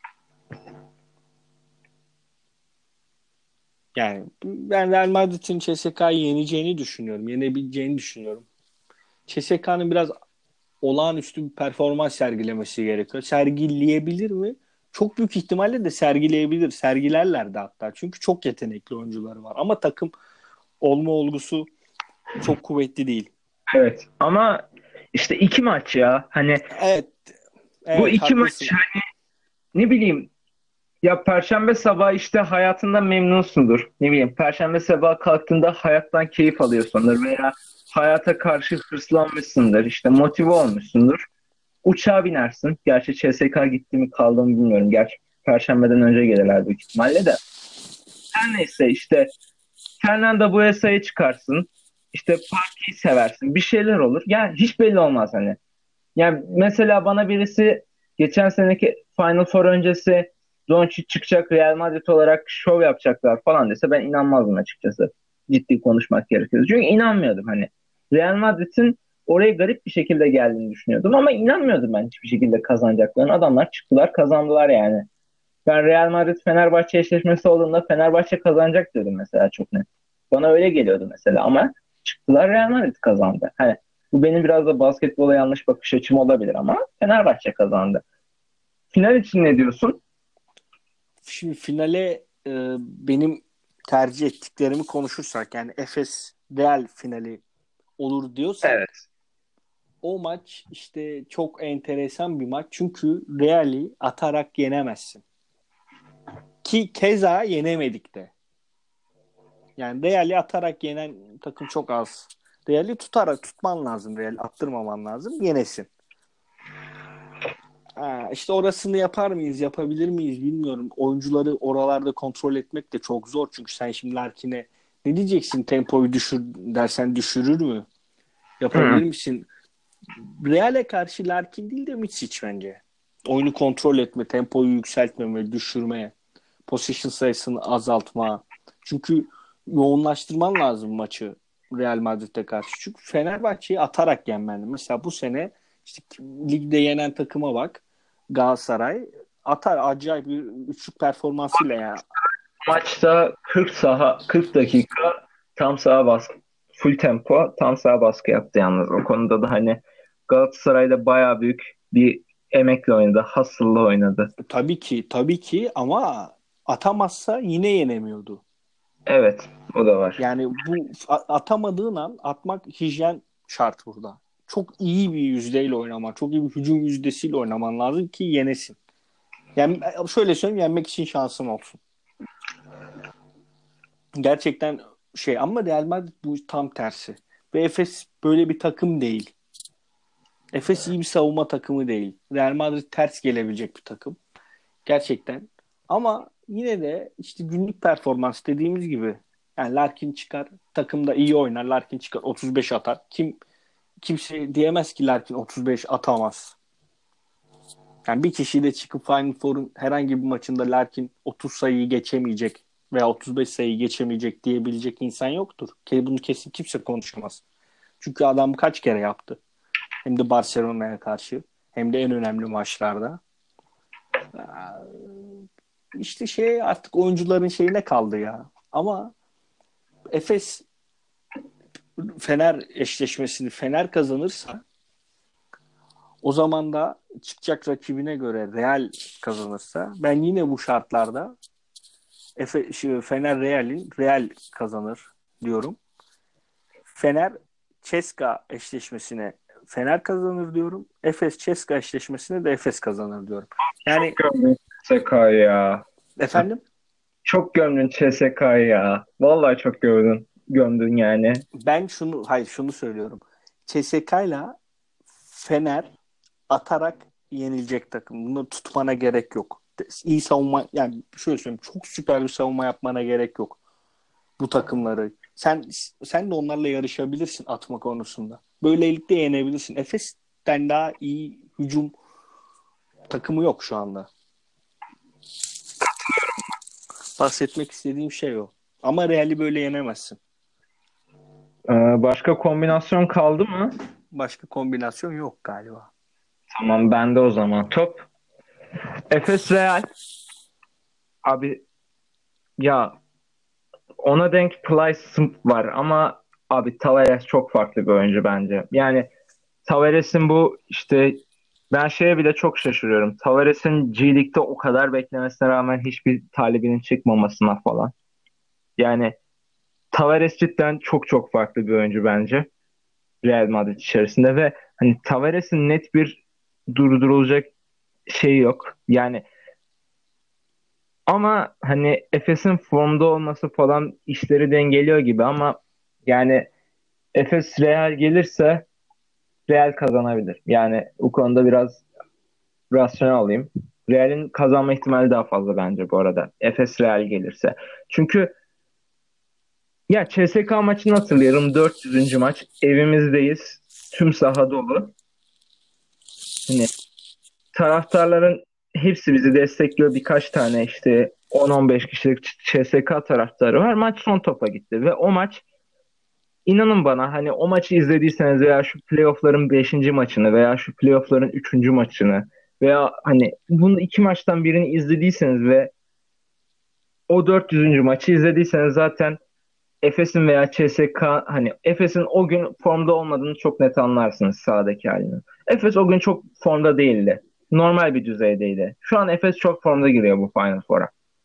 Yani ben Real Madrid'in C S K'yı yeneceğini düşünüyorum. Yenebileceğini düşünüyorum. C S K'nın biraz olağanüstü bir performans sergilemesi gerekiyor. Sergileyebilir mi? Çok büyük ihtimalle de sergileyebilir. Sergilerler de hatta. Çünkü çok yetenekli oyuncuları var. Ama takım olma olgusu çok kuvvetli değil. Evet ama işte iki maç ya. Hani Evet. bu Evet iki haklısın. maç hani ne bileyim ya Perşembe sabahı işte hayatından memnunsundur. Ne bileyim Perşembe sabahı kalktığında hayattan keyif alıyorsundur veya hayata karşı hırslanmışsındır. İşte motive olmuşsundur. Uçağa binersin. Gerçi C S K gitti mi kaldı mı bilmiyorum. Gerçi Perşembeden önce gelirler büyük ihtimalle de. Her neyse işte Fernando Buesa'yı çıkarsın. İşte Parky'yi seversin. Bir şeyler olur. Yani hiç belli olmaz hani. Yani mesela bana birisi geçen seneki Final Four öncesi Doncic çıkacak Real Madrid olarak şov yapacaklar falan dese ben inanmazdım açıkçası. Ciddi konuşmak gerekirse. Çünkü inanmıyordum hani. Real Madrid'in oraya garip bir şekilde geldiğini düşünüyordum ama inanmıyordum ben hiçbir şekilde kazanacaklarını. Adamlar çıktılar kazandılar yani. Ben Real Madrid Fenerbahçe eşleşmesi olduğunda Fenerbahçe kazanacak diyordum mesela çok net. Bana öyle geliyordu mesela ama çıktılar Real Madrid kazandı. Hani bu benim biraz da basketbola yanlış bakış açım olabilir ama Fenerbahçe kazandı. Final için ne diyorsun? Şimdi finale e, benim tercih ettiklerimi konuşursak yani Efes Real finali olur diyorsak Evet. o maç işte çok enteresan bir maç. Çünkü Real'i atarak yenemezsin. Ki keza yenemedik de. Yani Real'i atarak yenen takım çok az. Real'i tutarak tutman lazım. Real attırmaman lazım. Yenesin. Ha, işte orasını yapar mıyız, yapabilir miyiz bilmiyorum. Oyuncuları oralarda kontrol etmek de çok zor. Çünkü sen şimdi Larkin'e ne diyeceksin tempoyu düşür dersen düşürür mü? Hı. Yapabilir misin? Real'e karşı Larkin değil de Mičić bence. Oyunu kontrol etme, tempoyu yükseltmeme, düşürme, possession sayısını azaltma. Çünkü yoğunlaştırman lazım maçı Real Madrid'e karşı. Çünkü Fenerbahçe'yi atarak yenmen. Mesela bu sene işte ligde yenen takıma bak. Galatasaray atar acayip bir üçlük performansıyla yani. Maçta kırk saha kırk dakika tam saha baskı full tempo tam saha baskı yaptı yalnız. O konuda da hani Galatasaray'da bayağı büyük bir emekle oynadı. Hustle'la oynadı. Tabii ki, tabii ki ama atamazsa yine yenemiyordu. Evet, o da var. Yani bu a- atamadığın an atmak hijyen şart burada. Çok iyi bir yüzdeyle oynaman, çok iyi bir hücum yüzdesiyle oynaman lazım ki yenesin. Yani şöyle söyleyeyim, yenmek için şansın olsun. Gerçekten şey ama Real Madrid bu tam tersi. Ve Efes böyle bir takım değil. Efes iyi bir savunma takımı değil. Real Madrid ters gelebilecek bir takım. Gerçekten. Ama yine de işte günlük performans dediğimiz gibi yani Larkin çıkar takımda iyi oynar. Larkin çıkar otuz beş atar. Kim kimse diyemez ki Larkin otuz beş atamaz. Yani bir kişi de çıkıp Final Four'un herhangi bir maçında Larkin otuz sayıyı geçemeyecek veya otuz beş sayıyı geçemeyecek diyebilecek insan yoktur. Ki bunu kesin kimse konuşamaz. Çünkü adam kaç kere yaptı. Hem de Barcelona'ya karşı hem de en önemli maçlarda. İşte şey artık oyuncuların şeyine kaldı ya. Ama Efes Fener eşleşmesini Fener kazanırsa o zaman da çıkacak rakibine göre Real kazanırsa ben yine bu şartlarda Efe, şey, Fener Real'in Real kazanır diyorum. Fener Ceska eşleşmesine Fener kazanır diyorum. Efes Ceska eşleşmesine de Efes kazanır diyorum. Yani Çok gömdün C S K'yı ya. efendim Çok gömdün C S K'yı ya. Vallahi çok gömdün. Gömdün yani. ben şunu hayır şunu söylüyorum. C S K ile Fener atarak yenilecek takım. Bunu tutmana gerek yok. İyi savunma yani şöyle söyleyeyim çok süper bir savunma yapmana gerek yok bu takımları. Sen sen de onlarla yarışabilirsin atma konusunda. Böylelikle yenebilirsin. Efes'ten daha iyi hücum takımı yok şu anda. Bahsetmek istediğim şey o. Ama Real'i böyle yenemezsin. Ee, başka kombinasyon kaldı mı? Başka kombinasyon yok galiba. Tamam, bende o zaman. Top. Efes Real. Abi ya, ona denk Plyce var ama abi Tavares çok farklı bir oyuncu bence. Yani Tavares'in bu işte, ben şeye bile çok şaşırıyorum. Tavares'in G League'de o kadar beklemesine rağmen hiçbir talibinin çıkmamasına falan. Yani Tavares cidden çok çok farklı bir oyuncu bence Real Madrid içerisinde ve hani Tavares'in net bir durdurulacak şey yok. Yani ama hani Efes'in formda olması falan işleri dengeliyor gibi ama yani Efes Real gelirse Real kazanabilir. Yani bu konuda biraz rasyonel olayım. Real'in kazanma ihtimali daha fazla bence bu arada. Efes Real gelirse. Çünkü ya C S K maçını hatırlıyorum. dört yüzüncü maç. Evimizdeyiz. Tüm saha dolu. Hani taraftarların hepsi bizi destekliyor. Birkaç tane işte on on beş kişilik C S K taraftarı var. Maç son topa gitti ve o maç, İnanın bana, hani o maçı izlediyseniz veya şu playoff'ların beşinci maçını veya şu playoff'ların üçüncü maçını veya hani bunun iki maçtan birini izlediyseniz ve o dört yüzüncü maçı izlediyseniz zaten Efes'in veya C S K, hani Efes'in o gün formda olmadığını çok net anlarsınız sahadaki halini. Efes o gün çok formda değildi. Normal bir düzeydeydi. Şu an Efes çok formda giriyor bu Final Four'a.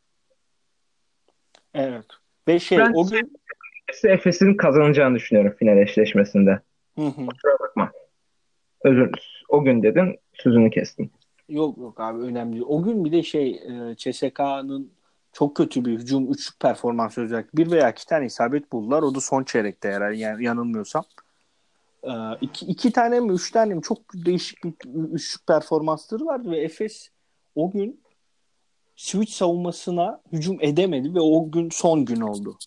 Evet. Ve şey Ben o gün Efes'in kazanacağını düşünüyorum final eşleşmesinde. hı hı. Kusura bakma. Özür dilerim. O gün dedin, sözünü kestim. Yok yok abi önemli değil. O gün bir de şey e, C S K'nın çok kötü bir hücum üçlük performansı özellikle. Bir veya iki tane isabet buldular. O da son çeyrekte herhalde yani yanılmıyorsam. E, iki, iki tane mi üç tane mi çok değişik bir üçlük performansları vardı ve Efes o gün switch savunmasına hücum edemedi ve o gün son gün oldu.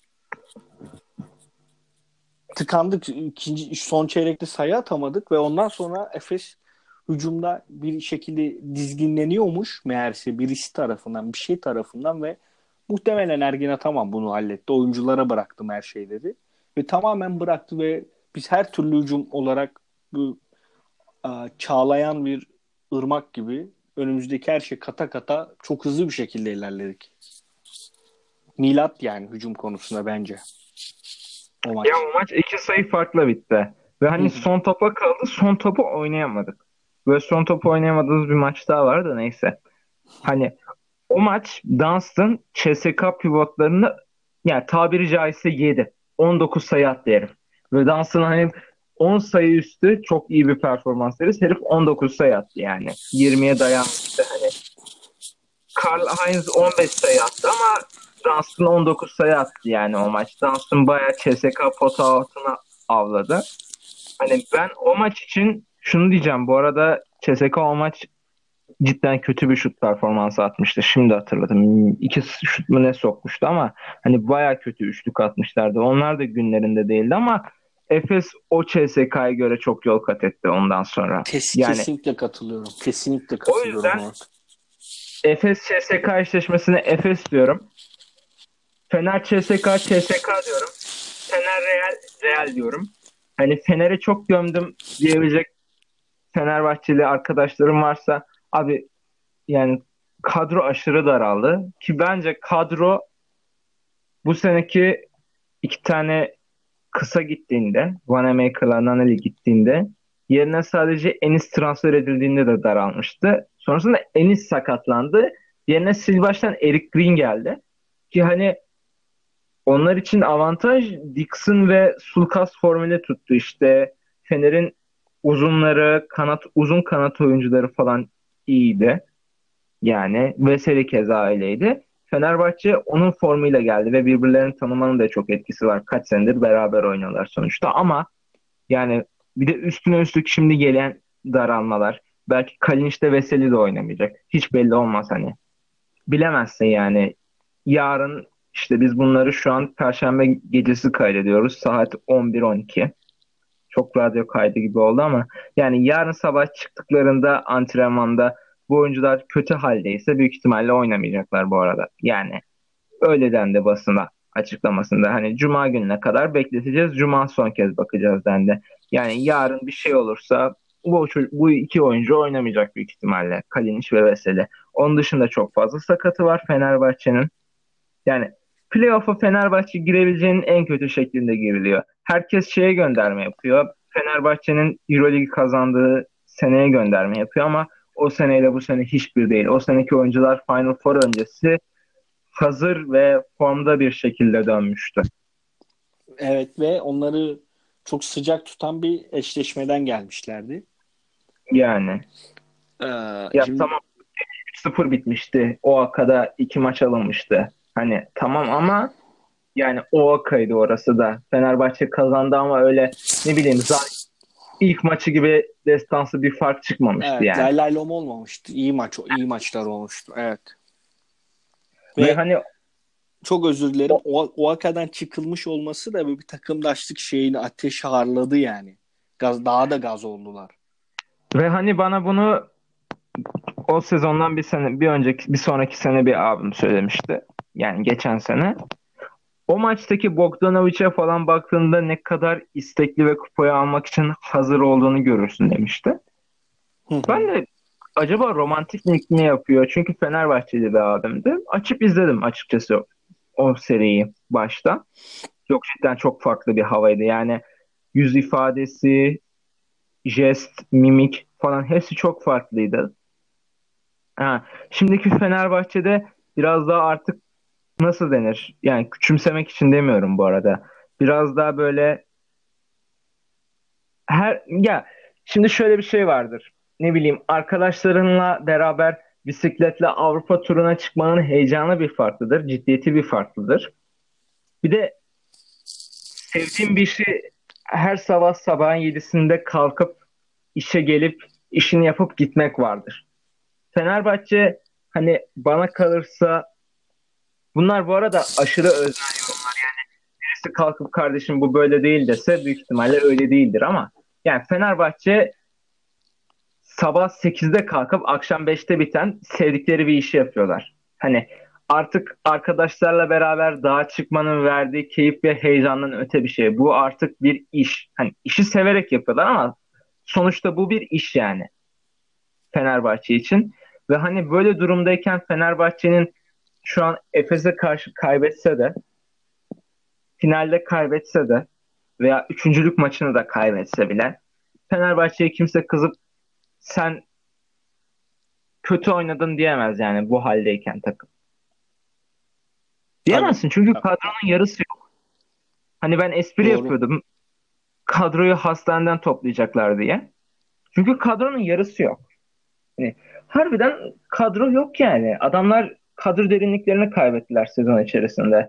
Tıkandık. İkinci, son çeyrekte sayı atamadık ve ondan sonra Efes hücumda bir şekilde dizginleniyormuş meğerse birisi tarafından, bir şey tarafından ve muhtemelen Ergin Ataman bunu halletti. Oyunculara bıraktım her şeyleri. Ve tamamen bıraktı ve biz her türlü hücum olarak bu a, çağlayan bir ırmak gibi önümüzdeki her şey kata kata çok hızlı bir şekilde ilerledik. Milat yani hücum konusunda bence o maç. Ya bu maç iki sayı farkla bitti. Ve Hı hani hı. son topa kaldı. Son topu oynayamadık. Böyle son top oynayamadığımız bir maç daha var da neyse. Hani o maç Dunstan C S K pivotlarını yani tabiri caizse yedi. on dokuz sayı attı herif. Ve Dunstan hani on sayı üstü çok iyi bir performans veririz. Herif on dokuz sayı attı yani. yirmiye dayanmıştı hani. Karl Heinz on beş sayı attı ama Dunstan on dokuz sayı attı yani o maç. Dunstan bayağı C S K pota altına avladı. Hani ben o maç için şunu diyeceğim. Bu arada C S K o maç cidden kötü bir şut performansı atmıştı. Şimdi hatırladım. İki şut mu ne sokmuştu ama hani bayağı kötü üçlük atmışlardı. Onlar da günlerinde değildi ama Efes o C S K'ya göre çok yol kat etti ondan sonra. Kes, yani kesinlikle katılıyorum. Kesinlikle o katılıyorum. yüzden Orada. Efes C S K eşleşmesine Efes diyorum. Fener C S K C S K diyorum. Fener Real Real diyorum. Hani Fener'e çok gömdüm diyebilecek Fenerbahçeli arkadaşlarım varsa abi yani kadro aşırı daraldı ki bence kadro bu seneki iki tane kısa gittiğinde Vanamaker'la Naneli gittiğinde yerine sadece Enis transfer edildiğinde de daralmıştı. Sonrasında Enis sakatlandı. Yerine sil baştan Eric Green geldi. Ki hani onlar için avantaj Dixon ve Sulkas formülü tuttu işte. Fener'in uzunları, kanat uzun kanat oyuncuları falan iyiydi. Yani Veseli keza öyleydi. Fenerbahçe onun formuyla geldi ve birbirlerini tanımanın da çok etkisi var. Kaç senedir beraber oynuyorlar sonuçta ama yani bir de üstüne üstlük şimdi gelen daralmalar. Belki Kalinic Veseli de oynamayacak. Hiç belli olmaz hani. Bilemezsin yani. Yarın işte biz bunları şu an Perşembe gecesi kaydediyoruz. Saat on bir on iki. Çok radyo kaydı gibi oldu ama yani yarın sabah çıktıklarında antrenmanda bu oyuncular kötü haldeyse büyük ihtimalle oynamayacaklar bu arada. Yani öyle dendi basına açıklamasında. Hani Cuma gününe kadar bekleteceğiz. Cuma son kez bakacağız dendi. Yani yarın bir şey olursa bu, bu iki oyuncu oynamayacak büyük ihtimalle. Kalinic ve Veseli. Onun dışında çok fazla sakatı var Fenerbahçe'nin. Yani playoff'a Fenerbahçe girebileceğinin en kötü şeklinde giriliyor. Herkes şeye gönderme yapıyor. Fenerbahçe'nin Euroligi kazandığı seneye gönderme yapıyor ama o seneyle bu sene hiçbir değil. O seneki oyuncular Final Four öncesi hazır ve formda bir şekilde dönmüştü. Evet ve onları çok sıcak tutan bir eşleşmeden gelmişlerdi. Yani. Ee, Ya şimdi... tamam üç sıfır bitmişti. O Aka'da iki maç alınmıştı. Hani tamam ama yani o Aka'ydı orası da. Fenerbahçe kazandı ama öyle ne bileyim zaten ilk maçı gibi destansı bir fark çıkmamıştı Evet, yani. lay lay lom olmamıştı. İyi maç, iyi maçlar olmuştu. Evet. Ve, Ve hani çok özür dilerim. O, o Aka'dan çıkılmış olması da böyle bir takımdaşlık şeyini ateş harladı yani. Gaz, daha da gaz oldular. ve hani bana bunu o sezondan bir sene bir önceki bir sonraki sene bir abim söylemişti. Yani geçen sene. O maçtaki Bogdanovic'e falan baktığında ne kadar istekli ve kupayı almak için hazır olduğunu görürsün demişti. Hı hı. Ben de acaba romantik mi yapıyor? Çünkü Fenerbahçeli bir abimdi. Açıp izledim açıkçası o seriyi başta. Yok cidden çok farklı bir havaydı. Yani yüz ifadesi, jest, mimik falan hepsi çok farklıydı. Ha, şimdiki Fenerbahçe'de biraz daha artık nasıl denir? Yani küçümsemek için demiyorum bu arada. Biraz daha böyle her ya şimdi şöyle bir şey vardır. Ne bileyim arkadaşlarınla beraber bisikletle Avrupa turuna çıkmanın heyecanı bir farklıdır. Ciddiyeti bir farklıdır. Bir de sevdiğim bir işi her sabah sabahın yedisinde kalkıp işe gelip işini yapıp gitmek vardır. Fenerbahçe hani bana kalırsa bunlar bu arada aşırı özel yorumlar. Yani birisi kalkıp kardeşim bu böyle değil dese büyük ihtimalle öyle değildir ama yani Fenerbahçe sabah sekizde kalkıp akşam beşte biten sevdikleri bir işi yapıyorlar. Hani artık arkadaşlarla beraber dağa çıkmanın verdiği keyif ve heyecandan öte bir şey. Bu artık bir iş. Hani işi severek yapıyorlar ama sonuçta bu bir iş yani Fenerbahçe için. Ve hani böyle durumdayken Fenerbahçe'nin şu an Efes'e karşı kaybetse de finalde kaybetse de veya üçüncülük maçını da kaybetse bile Fenerbahçe'ye kimse kızıp sen kötü oynadın diyemez yani bu haldeyken takım. Diyemezsin çünkü Tabii. kadronun yarısı yok. Hani ben espri Doğru. yapıyordum. Kadroyu hastaneden toplayacaklar diye. Çünkü kadronun yarısı yok. Hani harbiden kadro yok yani. Adamlar kadro derinliklerini kaybettiler sezon içerisinde.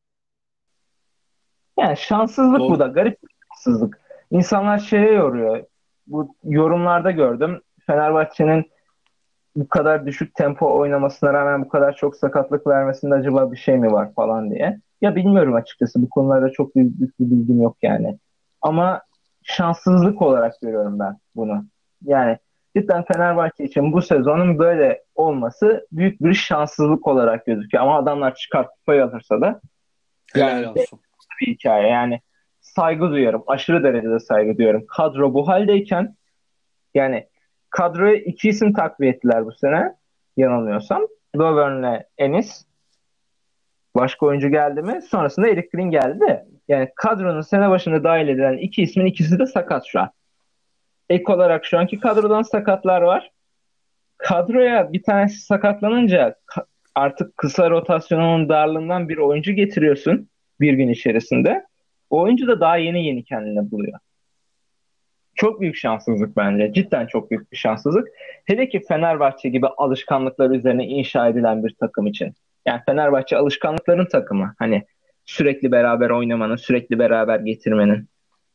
Yani şanssızlık bu Doğru. da. Garip bir şanssızlık. İnsanlar şeye yoruyor. Bu yorumlarda gördüm. Fenerbahçe'nin bu kadar düşük tempo oynamasına rağmen bu kadar çok sakatlık vermesinde acaba bir şey mi var falan diye. Ya bilmiyorum açıkçası. Bu konularda çok büyük, büyük bir bilgim yok yani. Ama şanssızlık olarak görüyorum ben bunu. Yani cidden Fenerbahçe için bu sezonun böyle olması büyük bir şanssızlık olarak gözüküyor. Ama adamlar çıkar kupayı alırsa da Helal yani olsun. bir hikaye. Yani saygı duyuyorum. Aşırı derecede saygı duyuyorum. Kadro bu haldeyken yani kadroya iki isim takviye ettiler bu sene. Yanılmıyorsam. Lovern'le Enis. Başka oyuncu geldi mi? Sonrasında Eric Green geldi de. Yani kadronun sene başında dahil edilen iki ismin ikisi de sakat şu an. Ek olarak şu anki kadrodan sakatlar var. Kadroya bir tanesi sakatlanınca ka- artık kısa rotasyonun darlığından bir oyuncu getiriyorsun bir gün içerisinde. O oyuncu da daha yeni yeni kendini buluyor. Çok büyük şanssızlık bence. Cidden çok büyük bir şanssızlık. Hele ki Fenerbahçe gibi alışkanlıklar üzerine inşa edilen bir takım için. Yani Fenerbahçe alışkanlıkların takımı. Hani sürekli beraber oynamanın, sürekli beraber getirmenin.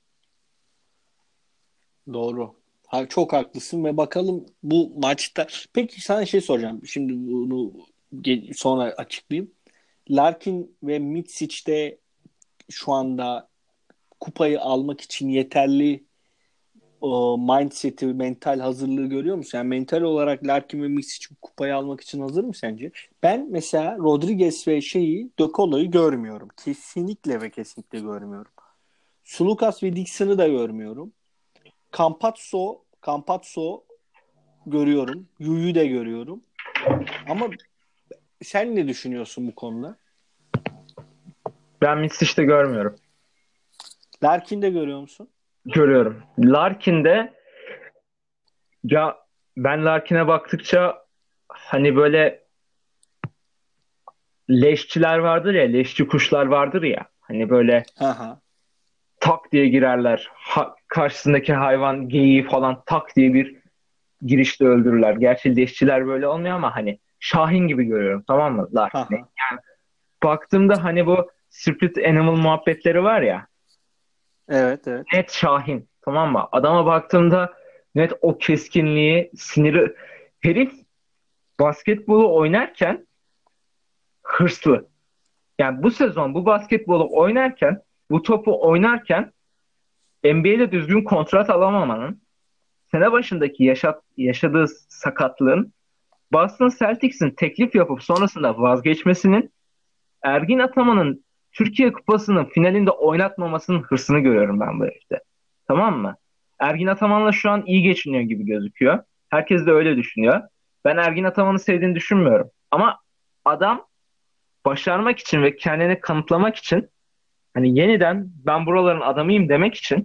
Doğru. Ha, çok haklısın ve bakalım bu maçta. Peki sana şey soracağım. Şimdi bunu ge- sonra açıklayayım. Larkin ve Mitsic de şu anda kupayı almak için yeterli o mindset'i, mental hazırlığı görüyor musun? Yani mental olarak Larkin ve Mitsic kupayı almak için hazır mı sence? Ben mesela Rodriguez ve şeyi, De Colo'yu görmüyorum. Kesinlikle ve kesinlikle görmüyorum. Sulukas ve Dixon'ı da görmüyorum. Campazzo, Campazzo görüyorum. Yu'yu da görüyorum. Ama sen ne düşünüyorsun bu konuda? Ben Mitsic'te görmüyorum. Larkin'de görüyor musun? Görüyorum. Larkin'de ya ben Larkin'e baktıkça hani böyle leşçiler vardır ya, leşçi kuşlar vardır ya. Hani böyle Aha. tak diye girerler. Ha- karşısındaki hayvan geyiği falan tak diye bir girişte öldürürler. Gerçi leşçiler böyle olmuyor ama hani Şahin gibi görüyorum, tamam mı? Larkin'i. Aha. Baktığımda hani bu split animal muhabbetleri var ya, Evet, evet. net Şahin, tamam mı? Adama baktığımda net o keskinliği, siniri, herif basketbolu oynarken hırslı. Yani bu sezon bu basketbolu oynarken, bu topu oynarken N B A'de düzgün kontrat alamamanın, sene başındaki yaşat, yaşadığı sakatlığın, Boston Celtics'in teklif yapıp sonrasında vazgeçmesinin, Ergin Ataman'ın Türkiye Kupası'nın finalinde oynatmamasının hırsını görüyorum ben bu herifte. Tamam mı? Ergin Ataman'la şu an iyi geçiniyor gibi gözüküyor. Herkes de öyle düşünüyor. Ben Ergin Ataman'ı sevdiğini düşünmüyorum. Ama adam başarmak için ve kendini kanıtlamak için, hani yeniden ben buraların adamıyım demek için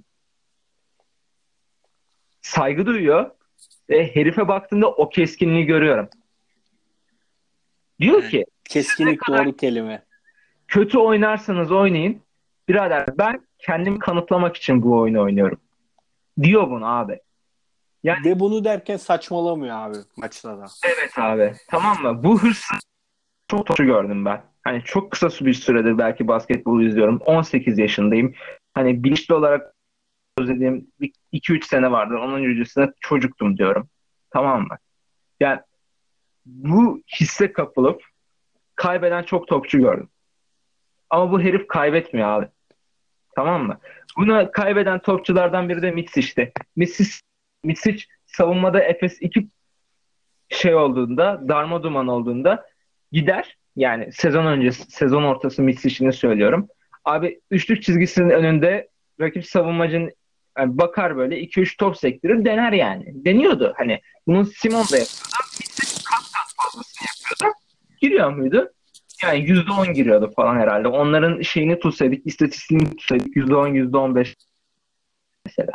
saygı duyuyor ve herife baktığımda o keskinliği görüyorum. Diyor Evet. ki Keskinlik doğru kelime. kötü oynarsanız oynayın. Birader ben kendimi kanıtlamak için bu oyunu oynuyorum. Diyor bunu abi. Yani Ve bunu derken saçmalamıyor abi maçta da. evet abi. Tamam mı? Bu hırsı çok topçu gördüm ben. Hani çok kısa bir süredir belki basketbolu izliyorum. on sekiz yaşındayım. Hani bilinçli olarak özlediğim iki üç sene vardır. Onun öncesinde çocuktum diyorum. Tamam mı? Yani bu hisse kapılıp kaybeden çok topçu gördüm. Ama bu herif kaybetmiyor abi. Tamam mı? Bunu kaybeden topçulardan biri de Mitsic'ti. Mitsic, Mitsic savunmada Efes iki şey olduğunda, darma duman olduğunda gider. Yani sezon öncesi, sezon ortası Mitsic'ini söylüyorum. Abi üçlük çizgisinin önünde rakip savunmacının yani bakar böyle iki üç top sektirir dener yani. Deniyordu. Hani bunun Simon da yapıyordu. Mitsic kat kat fazlasını yapıyordu. Giriyor muydu? Yani yüzde on giriyordu falan herhalde. Onların şeyini tutsaydık, istatistiğini tutsaydık yüzde on, yüzde on beş mesela.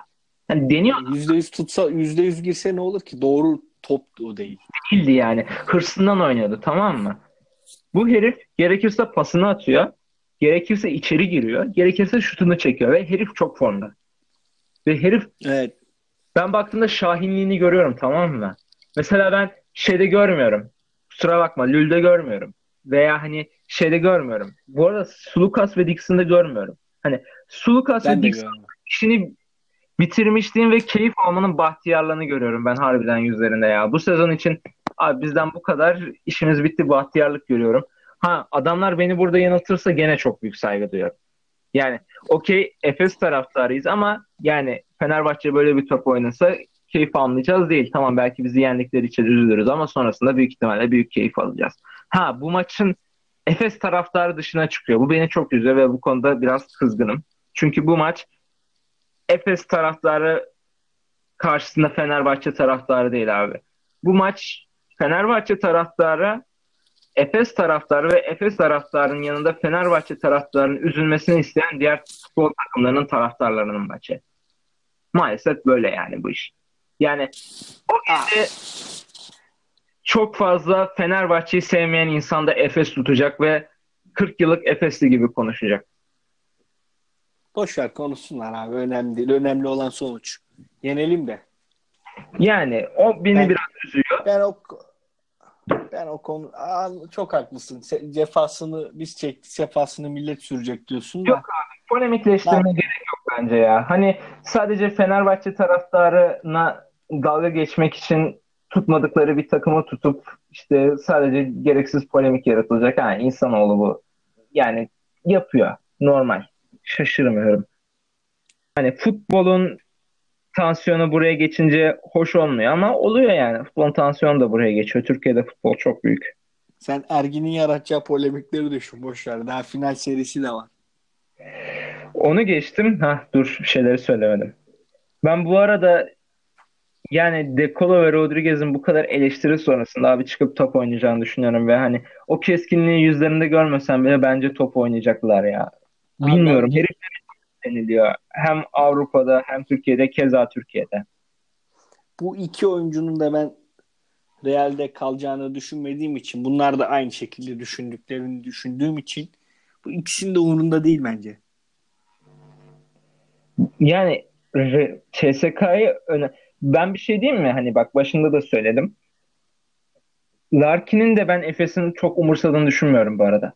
Hani deniyor yüzde yüz tutsa, yüzde yüz girse ne olur ki? Doğru top o değil. değildi yani. Hırsından oynuyordu, tamam mı? Bu herif gerekirse pasını atıyor. Gerekirse içeri giriyor. Gerekirse şutunu çekiyor ve herif çok formda. Ve herif, Evet. ben baktığımda şahinliğini görüyorum, tamam mı? Mesela ben şeyde görmüyorum. Kusura bakma, Lül'de görmüyorum. Veya hani şeyde görmüyorum. Bu arada Sulukas ve Dixon'da görmüyorum. Hani Sulukas ve Ben de Dixon görmüyorum. işini bitirmişliğin ve keyif almanın bahtiyarlığını görüyorum ben harbiden yüzlerinde ya. Bu sezon için abi bizden bu kadar, işimiz bitti, bahtiyarlık görüyorum. Ha, adamlar beni burada yanıltırsa gene çok büyük saygı duyuyorum. Yani okey, Efes taraftarıyız ama yani Fenerbahçe böyle bir top oynasa keyif almayacağız değil. Tamam, belki bizi yendikleri için üzülürüz ama sonrasında büyük ihtimalle büyük keyif alacağız. Ha, bu maçın Efes taraftarı dışına çıkıyor. Bu beni çok üzüyor ve bu konuda biraz kızgınım. Çünkü bu maç Efes taraftarı karşısında Fenerbahçe taraftarı değil abi. Bu maç Fenerbahçe taraftarı, Efes taraftarı ve Efes taraftarının yanında Fenerbahçe taraftarının üzülmesini isteyen diğer futbol takımlarının taraftarlarının maçı. Maalesef böyle yani bu iş. Yani o gece çok fazla Fenerbahçe'yi sevmeyen insan da Efes tutacak ve kırk yıllık Efesli gibi konuşacak. Boş ver konuşsunlar abi. Önemli değil. Önemli olan sonuç. Yenelim de. Yani o beni Ben biraz üzüyor. ben o ben o konu Aa, çok haklısın. Se- Cefasını biz çektik, sefasını millet sürecek diyorsun Yok da. abi, Ne polemikleştirme yap- gerek yok bence ya. Hani sadece Fenerbahçe taraftarına dalga geçmek için tutmadıkları bir takımı tutup işte sadece gereksiz polemik yaratılacak. Ha, insanoğlu bu. Yani yapıyor. Normal. Şaşırmıyorum. Hani futbolun tansiyonu buraya geçince hoş olmuyor ama oluyor yani. Futbolun tansiyonu da buraya geçiyor. Türkiye'de futbol çok büyük. Sen Ergin'in yaratacağı polemikleri düşün. Boş ver. Daha final serisi de var. Onu geçtim. Ha, dur, bir şeyleri söylemedim. Ben bu arada yani De Colo ve Rodriguez'in bu kadar eleştiri sonrasında abi çıkıp top oynayacağını düşünüyorum ve hani o keskinliği yüzlerinde görmesem bile bence top oynayacaklar ya. Abi ben Bilmiyorum. Herif deniliyor. Hem Avrupa'da hem Türkiye'de, keza Türkiye'de. bu iki oyuncunun da ben Real'de kalacağını düşünmediğim için, bunlar da aynı şekilde düşündüklerini düşündüğüm için bu ikisinin de umurunda değil bence. Yani C S K'yı öne... Ben bir şey diyeyim mi? Hani bak, başında da söyledim. Larkin'in de ben Efes'in çok umursadığını düşünmüyorum bu arada.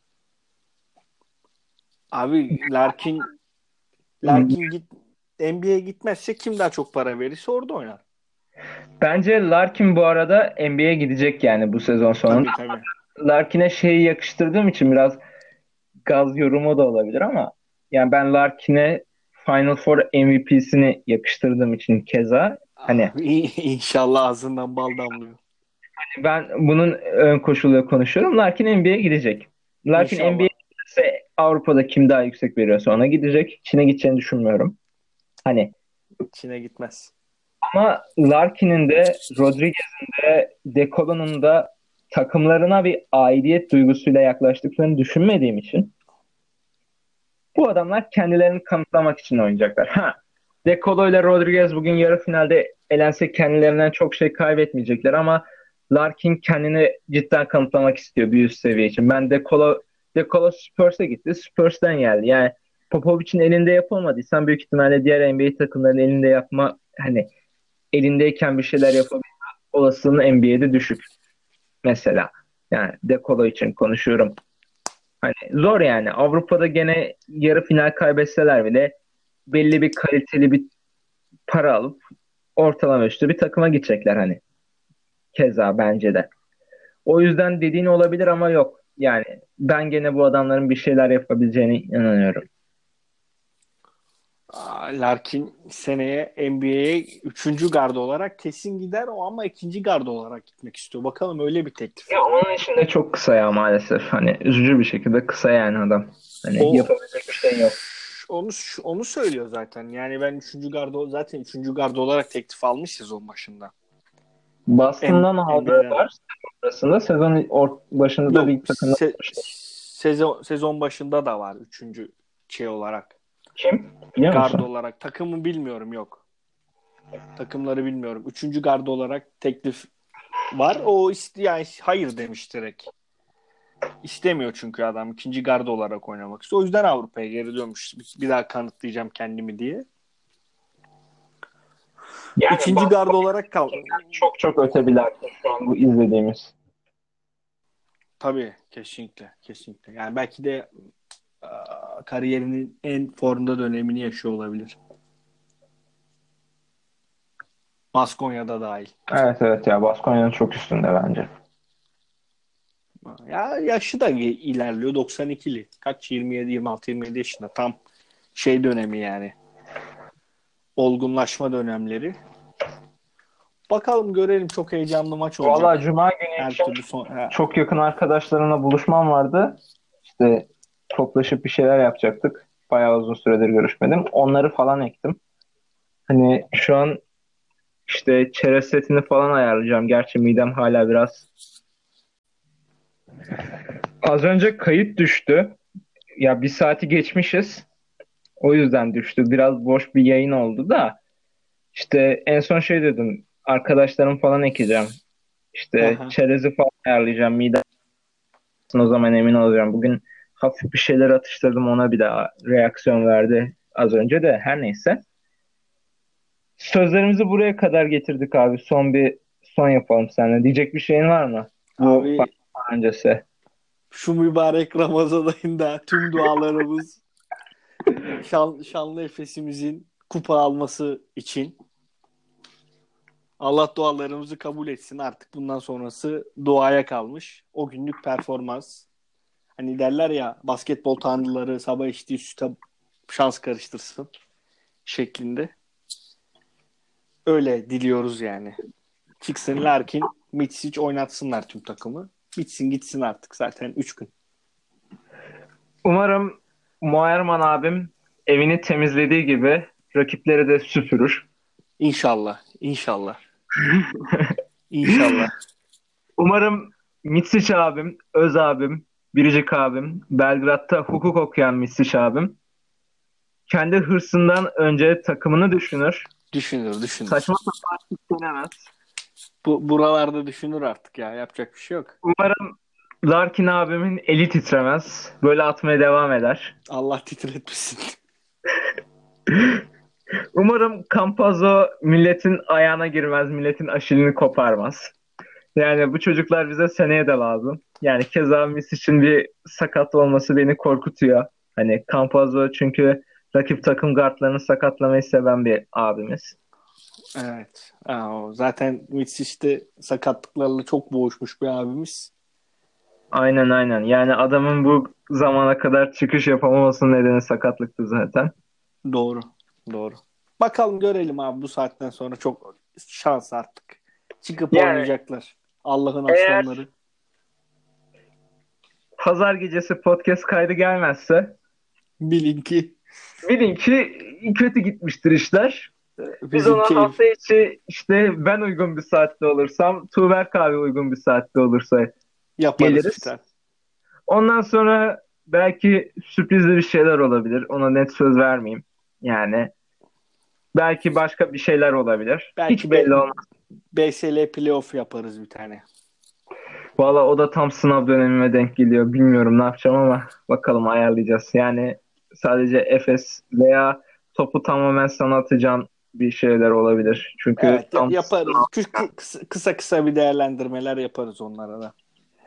Abi Larkin Larkin git N B A'ye gitmezse kim daha çok para verirse orada oynar. Bence Larkin bu arada N B A'ye gidecek yani bu sezon sonunda. Tabii tabii. Larkin'e şeyi yakıştırdığım için biraz gaz yorumu da olabilir ama yani ben Larkin'e Final Four M V P'sini yakıştırdığım için keza hani Ah, İnşallah ağzından bal damlıyor. ben bunun ön koşuluyla konuşuyorum. Larkin N B A'ye gidecek. Larkin N B A'ye İnşallah. giderse Avrupa'da kim daha yüksek veriyorsa ona gidecek. Çin'e gideceğini düşünmüyorum. Hani Çin'e gitmez. ama Larkin'in de Rodriguez'in de De Colo'nun da takımlarına bir aidiyet duygusuyla yaklaştıklarını düşünmediğim için bu adamlar kendilerini kanıtlamak için oynayacaklar. Ha, De Colo ile Rodriguez bugün yarı finalde elense kendilerinden çok şey kaybetmeyecekler ama Larkin kendini cidden kanıtlamak istiyor bir üst seviye için. Ben De Colo, De Colo Spurs'e gitti. Spurs'ten geldi. Yani Popovic'in elinde yapamadıysan büyük ihtimalle diğer N B A takımlarının elinde yapma, hani elindeyken bir şeyler yapabilme olasılığın N B A'de düşük. Mesela. Yani De Colo için konuşuyorum. Hani zor yani. Avrupa'da gene yarı final kaybetseler bile belli bir kaliteli bir para alıp ortalama üstü bir takıma gidecekler hani. Keza bence de. O yüzden dediğin olabilir ama yok. Yani ben gene bu adamların bir şeyler yapabileceğine inanıyorum. Aa, Larkin seneye N B A'ye üçüncü gardı olarak kesin gider o, ama ikinci gardı olarak gitmek istiyor. Bakalım, öyle bir teklif Ya var. onun için de çok kısa ya maalesef. Hani üzücü bir şekilde kısa yani adam. Hani O yapabilecek bir şey yok. onu onu söylüyor zaten. Yani ben üçüncü gardı zaten üçüncü gardı olarak teklif almış sezon başında. M- Boston'dan aldığı N B A'den. var sezon Sezon or- başında da Yok, bir takımda se- almıştı. sezon sezon başında da var üçüncü şey olarak. Kim? Biliyor Gard musun? olarak. Takımı bilmiyorum, yok. Takımları bilmiyorum. Üçüncü gardı olarak teklif var. O iste yani hayır demiş direkt. İstemiyor çünkü adam ikinci gardı olarak oynamak istiyor. O yüzden Avrupa'ya geri dönmüş. Bir daha kanıtlayacağım kendimi diye. Yani Üçüncü bak- gardı olarak kal. Çok çok öte bir Larkin şu an bu izlediğimiz. Tabii kesinlikle. Kesinlikle. Yani belki de aa, kariyerinin en formda dönemini yaşıyor olabilir. Baskonya'da dahil. Evet evet ya Baskonya'nın çok üstünde bence. Ya yaşı da ilerliyor. doksan ikili. Kaç? yirmi yedi, yirmi altı, yirmi yedi yaşında. Tam şey dönemi yani. Olgunlaşma dönemleri. Bakalım görelim. Çok heyecanlı maç olacak. Valla Cuma günü Her için türlü son... Ha, çok yakın arkadaşlarımla buluşmam vardı. İşte toplaşıp bir şeyler yapacaktık. Bayağı uzun süredir görüşmedim. Onları falan ektim. Hani şu an işte çerez setini falan ayarlayacağım. Gerçi midem hala biraz. Az önce kayıt düştü. Ya bir saati geçmişiz. O yüzden düştü. Biraz boş bir yayın oldu da. İşte en son şey dedim. Arkadaşlarım falan ekeceğim. İşte aha. çerezi falan ayarlayacağım. Midem o zaman emin olacağım. Bugün hafif bir şeyler atıştırdım. Ona bir daha reaksiyon verdi az önce de. Her neyse. Sözlerimizi buraya kadar getirdik abi. Son bir son yapalım seninle. Diyecek bir şeyin var mı? Bu Abi falan öncesi. şu mübarek Ramazan ayında tüm dualarımız şan, şanlı Efes'imizin kupa alması için Allah dualarımızı kabul etsin. Artık bundan sonrası duaya kalmış. O günlük performans. Hani derler ya basketbol tanrıları sabah içtiği süte şans karıştırsın şeklinde. Öyle diliyoruz yani. Çıksın Larkin, Mitsic oynatsınlar tüm takımı. Bitsin gitsin artık zaten üç gün. Umarım Muayerman abim evini temizlediği gibi rakipleri de süpürür. İnşallah. İnşallah. İnşallah. Umarım Mitsic abim, Öz abim, Biricik abim, Belgrad'da hukuk okuyan Mitsic abim kendi hırsından önce takımını düşünür. Düşünür, düşünür. Saçma sapan denemez. Bu buralarda düşünür artık ya. Yapacak bir şey yok. Umarım Larkin abimin eli titremez. Böyle atmaya devam eder. Allah titretmesin. Umarım Campazzo milletin ayağına girmez, milletin aşilini koparmaz. Yani bu çocuklar bize seneye de lazım. Yani keza Misic'in bir sakat olması beni korkutuyor. Hani Campazzo çünkü rakip takım guardlarını sakatlamayı seven bir abimiz. Evet. Aa, o zaten Mitsic'te sakatlıklarla çok boğuşmuş bir abimiz. Aynen aynen. Yani adamın bu zamana kadar çıkış yapamamasının nedeni sakatlıktı zaten. Doğru. Doğru. Bakalım görelim abi bu saatten sonra çok şans artık. Çıkıp Yani oynayacaklar. Allah'ın eğer aslanları. pazar gecesi podcast kaydı gelmezse Bilin ki bilin ki kötü gitmiştir işler. Biz bizim ona keyif hafta içi işte ben uygun bir saatte olursam, Tuğberk abi uygun bir saatte olursa yaparız bir geliriz. tane. Ondan sonra belki sürprizli bir şeyler olabilir. Ona net söz vermeyeyim. Yani belki başka bir şeyler olabilir. Hiç Belki B- belli olmaz. BSL playoff yaparız bir tane. Valla o da tam sınav dönemime denk geliyor. Bilmiyorum ne yapacağım ama bakalım ayarlayacağız. Yani sadece Efes veya topu tamamen sana atacağım bir şeyler olabilir. Çünkü Evet ya- tam yaparız. sınav. Kı- kısa, kısa kısa bir değerlendirmeler yaparız onlara da.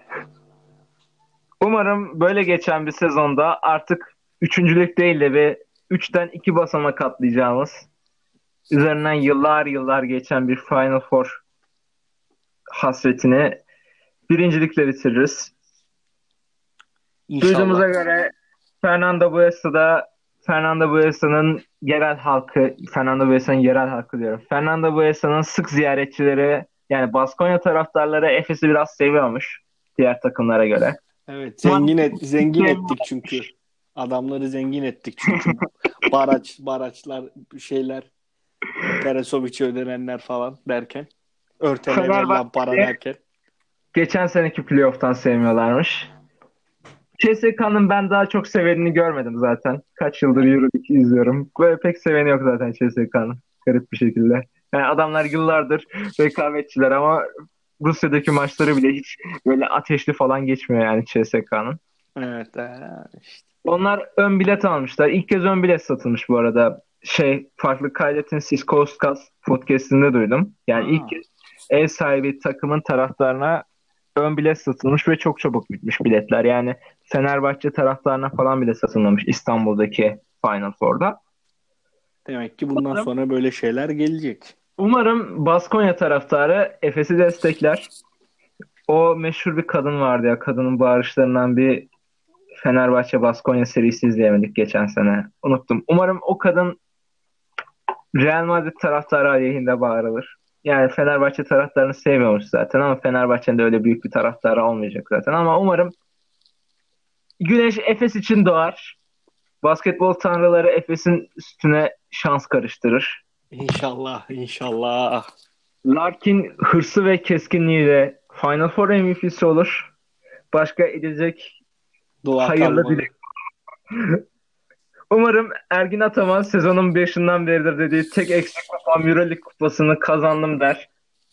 Umarım böyle geçen bir sezonda artık üçüncülük değil de bir üçten iki basamak atlayacağımız, üzerinden yıllar yıllar geçen bir Final Four hasretini birincilikle bitiririz. İnşallah. Duyduğumuza göre Fernando Buesa'da Fernando Buesa'nın yerel halkı, Fernando Buesa'nın yerel halkı diyorum. Fernando Buesa'nın sık ziyaretçileri yani Baskonya taraftarları Efes'i biraz seviyormuş diğer takımlara göre. Evet, Umarım zengin et, zengin ettik çünkü. Adamları zengin ettik çünkü. Baraç, baraçlar, şeyler, Peresovic'e ödenenler falan derken. Örtene verilen para Fenerbahçe'yi derken. geçen seneki playoff'tan sevmiyorlarmış. C S K'nın ben daha çok sevenini görmedim zaten. Kaç yıldır Euroleague izliyorum. Böyle pek seveni yok zaten C S K'nın. Garip bir şekilde. Yani adamlar yıllardır rekabetçiler ama Rusya'daki maçları bile hiç böyle ateşli falan geçmiyor yani C S K A'nın. Evet. e, işte. Onlar ön bilet almışlar. İlk kez ön bilet satılmış bu arada. Şey farklı kaydetin Cisco Oscars podcast'inde duydum. Yani ilk Aa, kez ev sahibi takımın taraftarına ön bilet satılmış ve çok çabuk bitmiş biletler. Yani Fenerbahçe taraftarına falan bile satılmamış İstanbul'daki Final Four'da. demek ki bundan sonra böyle şeyler gelecek. Umarım Baskonya taraftarı Efes'i destekler. O meşhur bir kadın vardı ya. Kadının bağırışlarından bir Fenerbahçe Baskonya serisi izleyemedik geçen sene. Unuttum. Umarım o kadın Real Madrid taraftarı aleyhinde bağırılır. Yani Fenerbahçe taraftarını sevmiyormuş zaten ama Fenerbahçe'nin de öyle büyük bir taraftarı olmayacak zaten. Ama umarım Güneş Efes için doğar. Basketbol tanrıları Efes'in üstüne şans karıştırır. İnşallah, inşallah. Larkin hırsı ve keskinliğiyle Final Four M V P'si olur. Başka edilecek Dua hayırlı kalmadı. dilek. Umarım Ergin Ataman sezonun başından beridir dediği tek eksik kupam Euroleague kupasını kazandım der.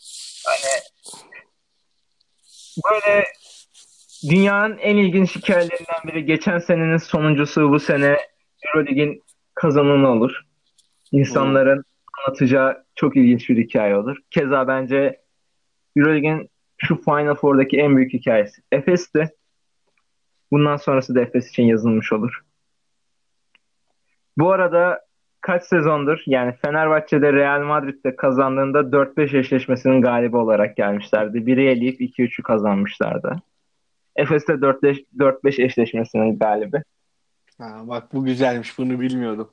Böyle dünyanın en ilginç hikayelerinden biri geçen senenin sonuncusu bu sene Euroleague'in kazananı olur. Oo. İnsanların anlatacağı çok ilginç bir hikaye olur. Keza bence Euroleague'in şu Final Four'daki en büyük hikayesi. Efes'ti. Bundan sonrası da Efes için yazılmış olur. Bu arada kaç sezondur yani Fenerbahçe'de Real Madrid'de kazandığında dört beş eşleşmesinin galibi olarak gelmişlerdi. Biri eleyip iki üçü kazanmışlardı. Efes'te dört beş eşleşmesinin galibi. Ha, bak bu güzelmiş. Bunu bilmiyordum.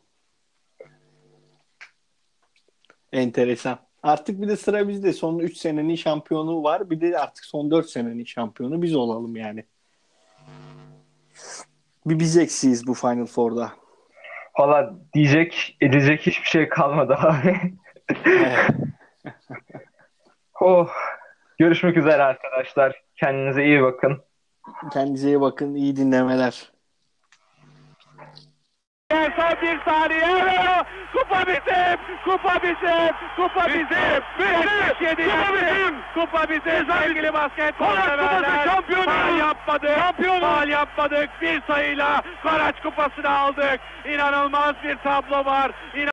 Enteresan. Artık bir de sıra bizde. Son üç senenin şampiyonu var. Bir de artık son dört senenin şampiyonu biz olalım yani. Bir biz eksiyiz bu Final Four'da. Valla diyecek, edecek hiçbir şey kalmadı abi. Evet. Oh. Görüşmek üzere arkadaşlar. Kendinize iyi bakın. Kendinize iyi bakın. İyi dinlemeler. Son bir saniye ve kupa bizim, kupa bizim, kupa bizim, bizim, kupa bizim, kupa bizim, sevgili basketbol severler, faal yapmadık, faal yapmadık, bir sayıyla Karaç kupasını aldık, inanılmaz bir tablo var.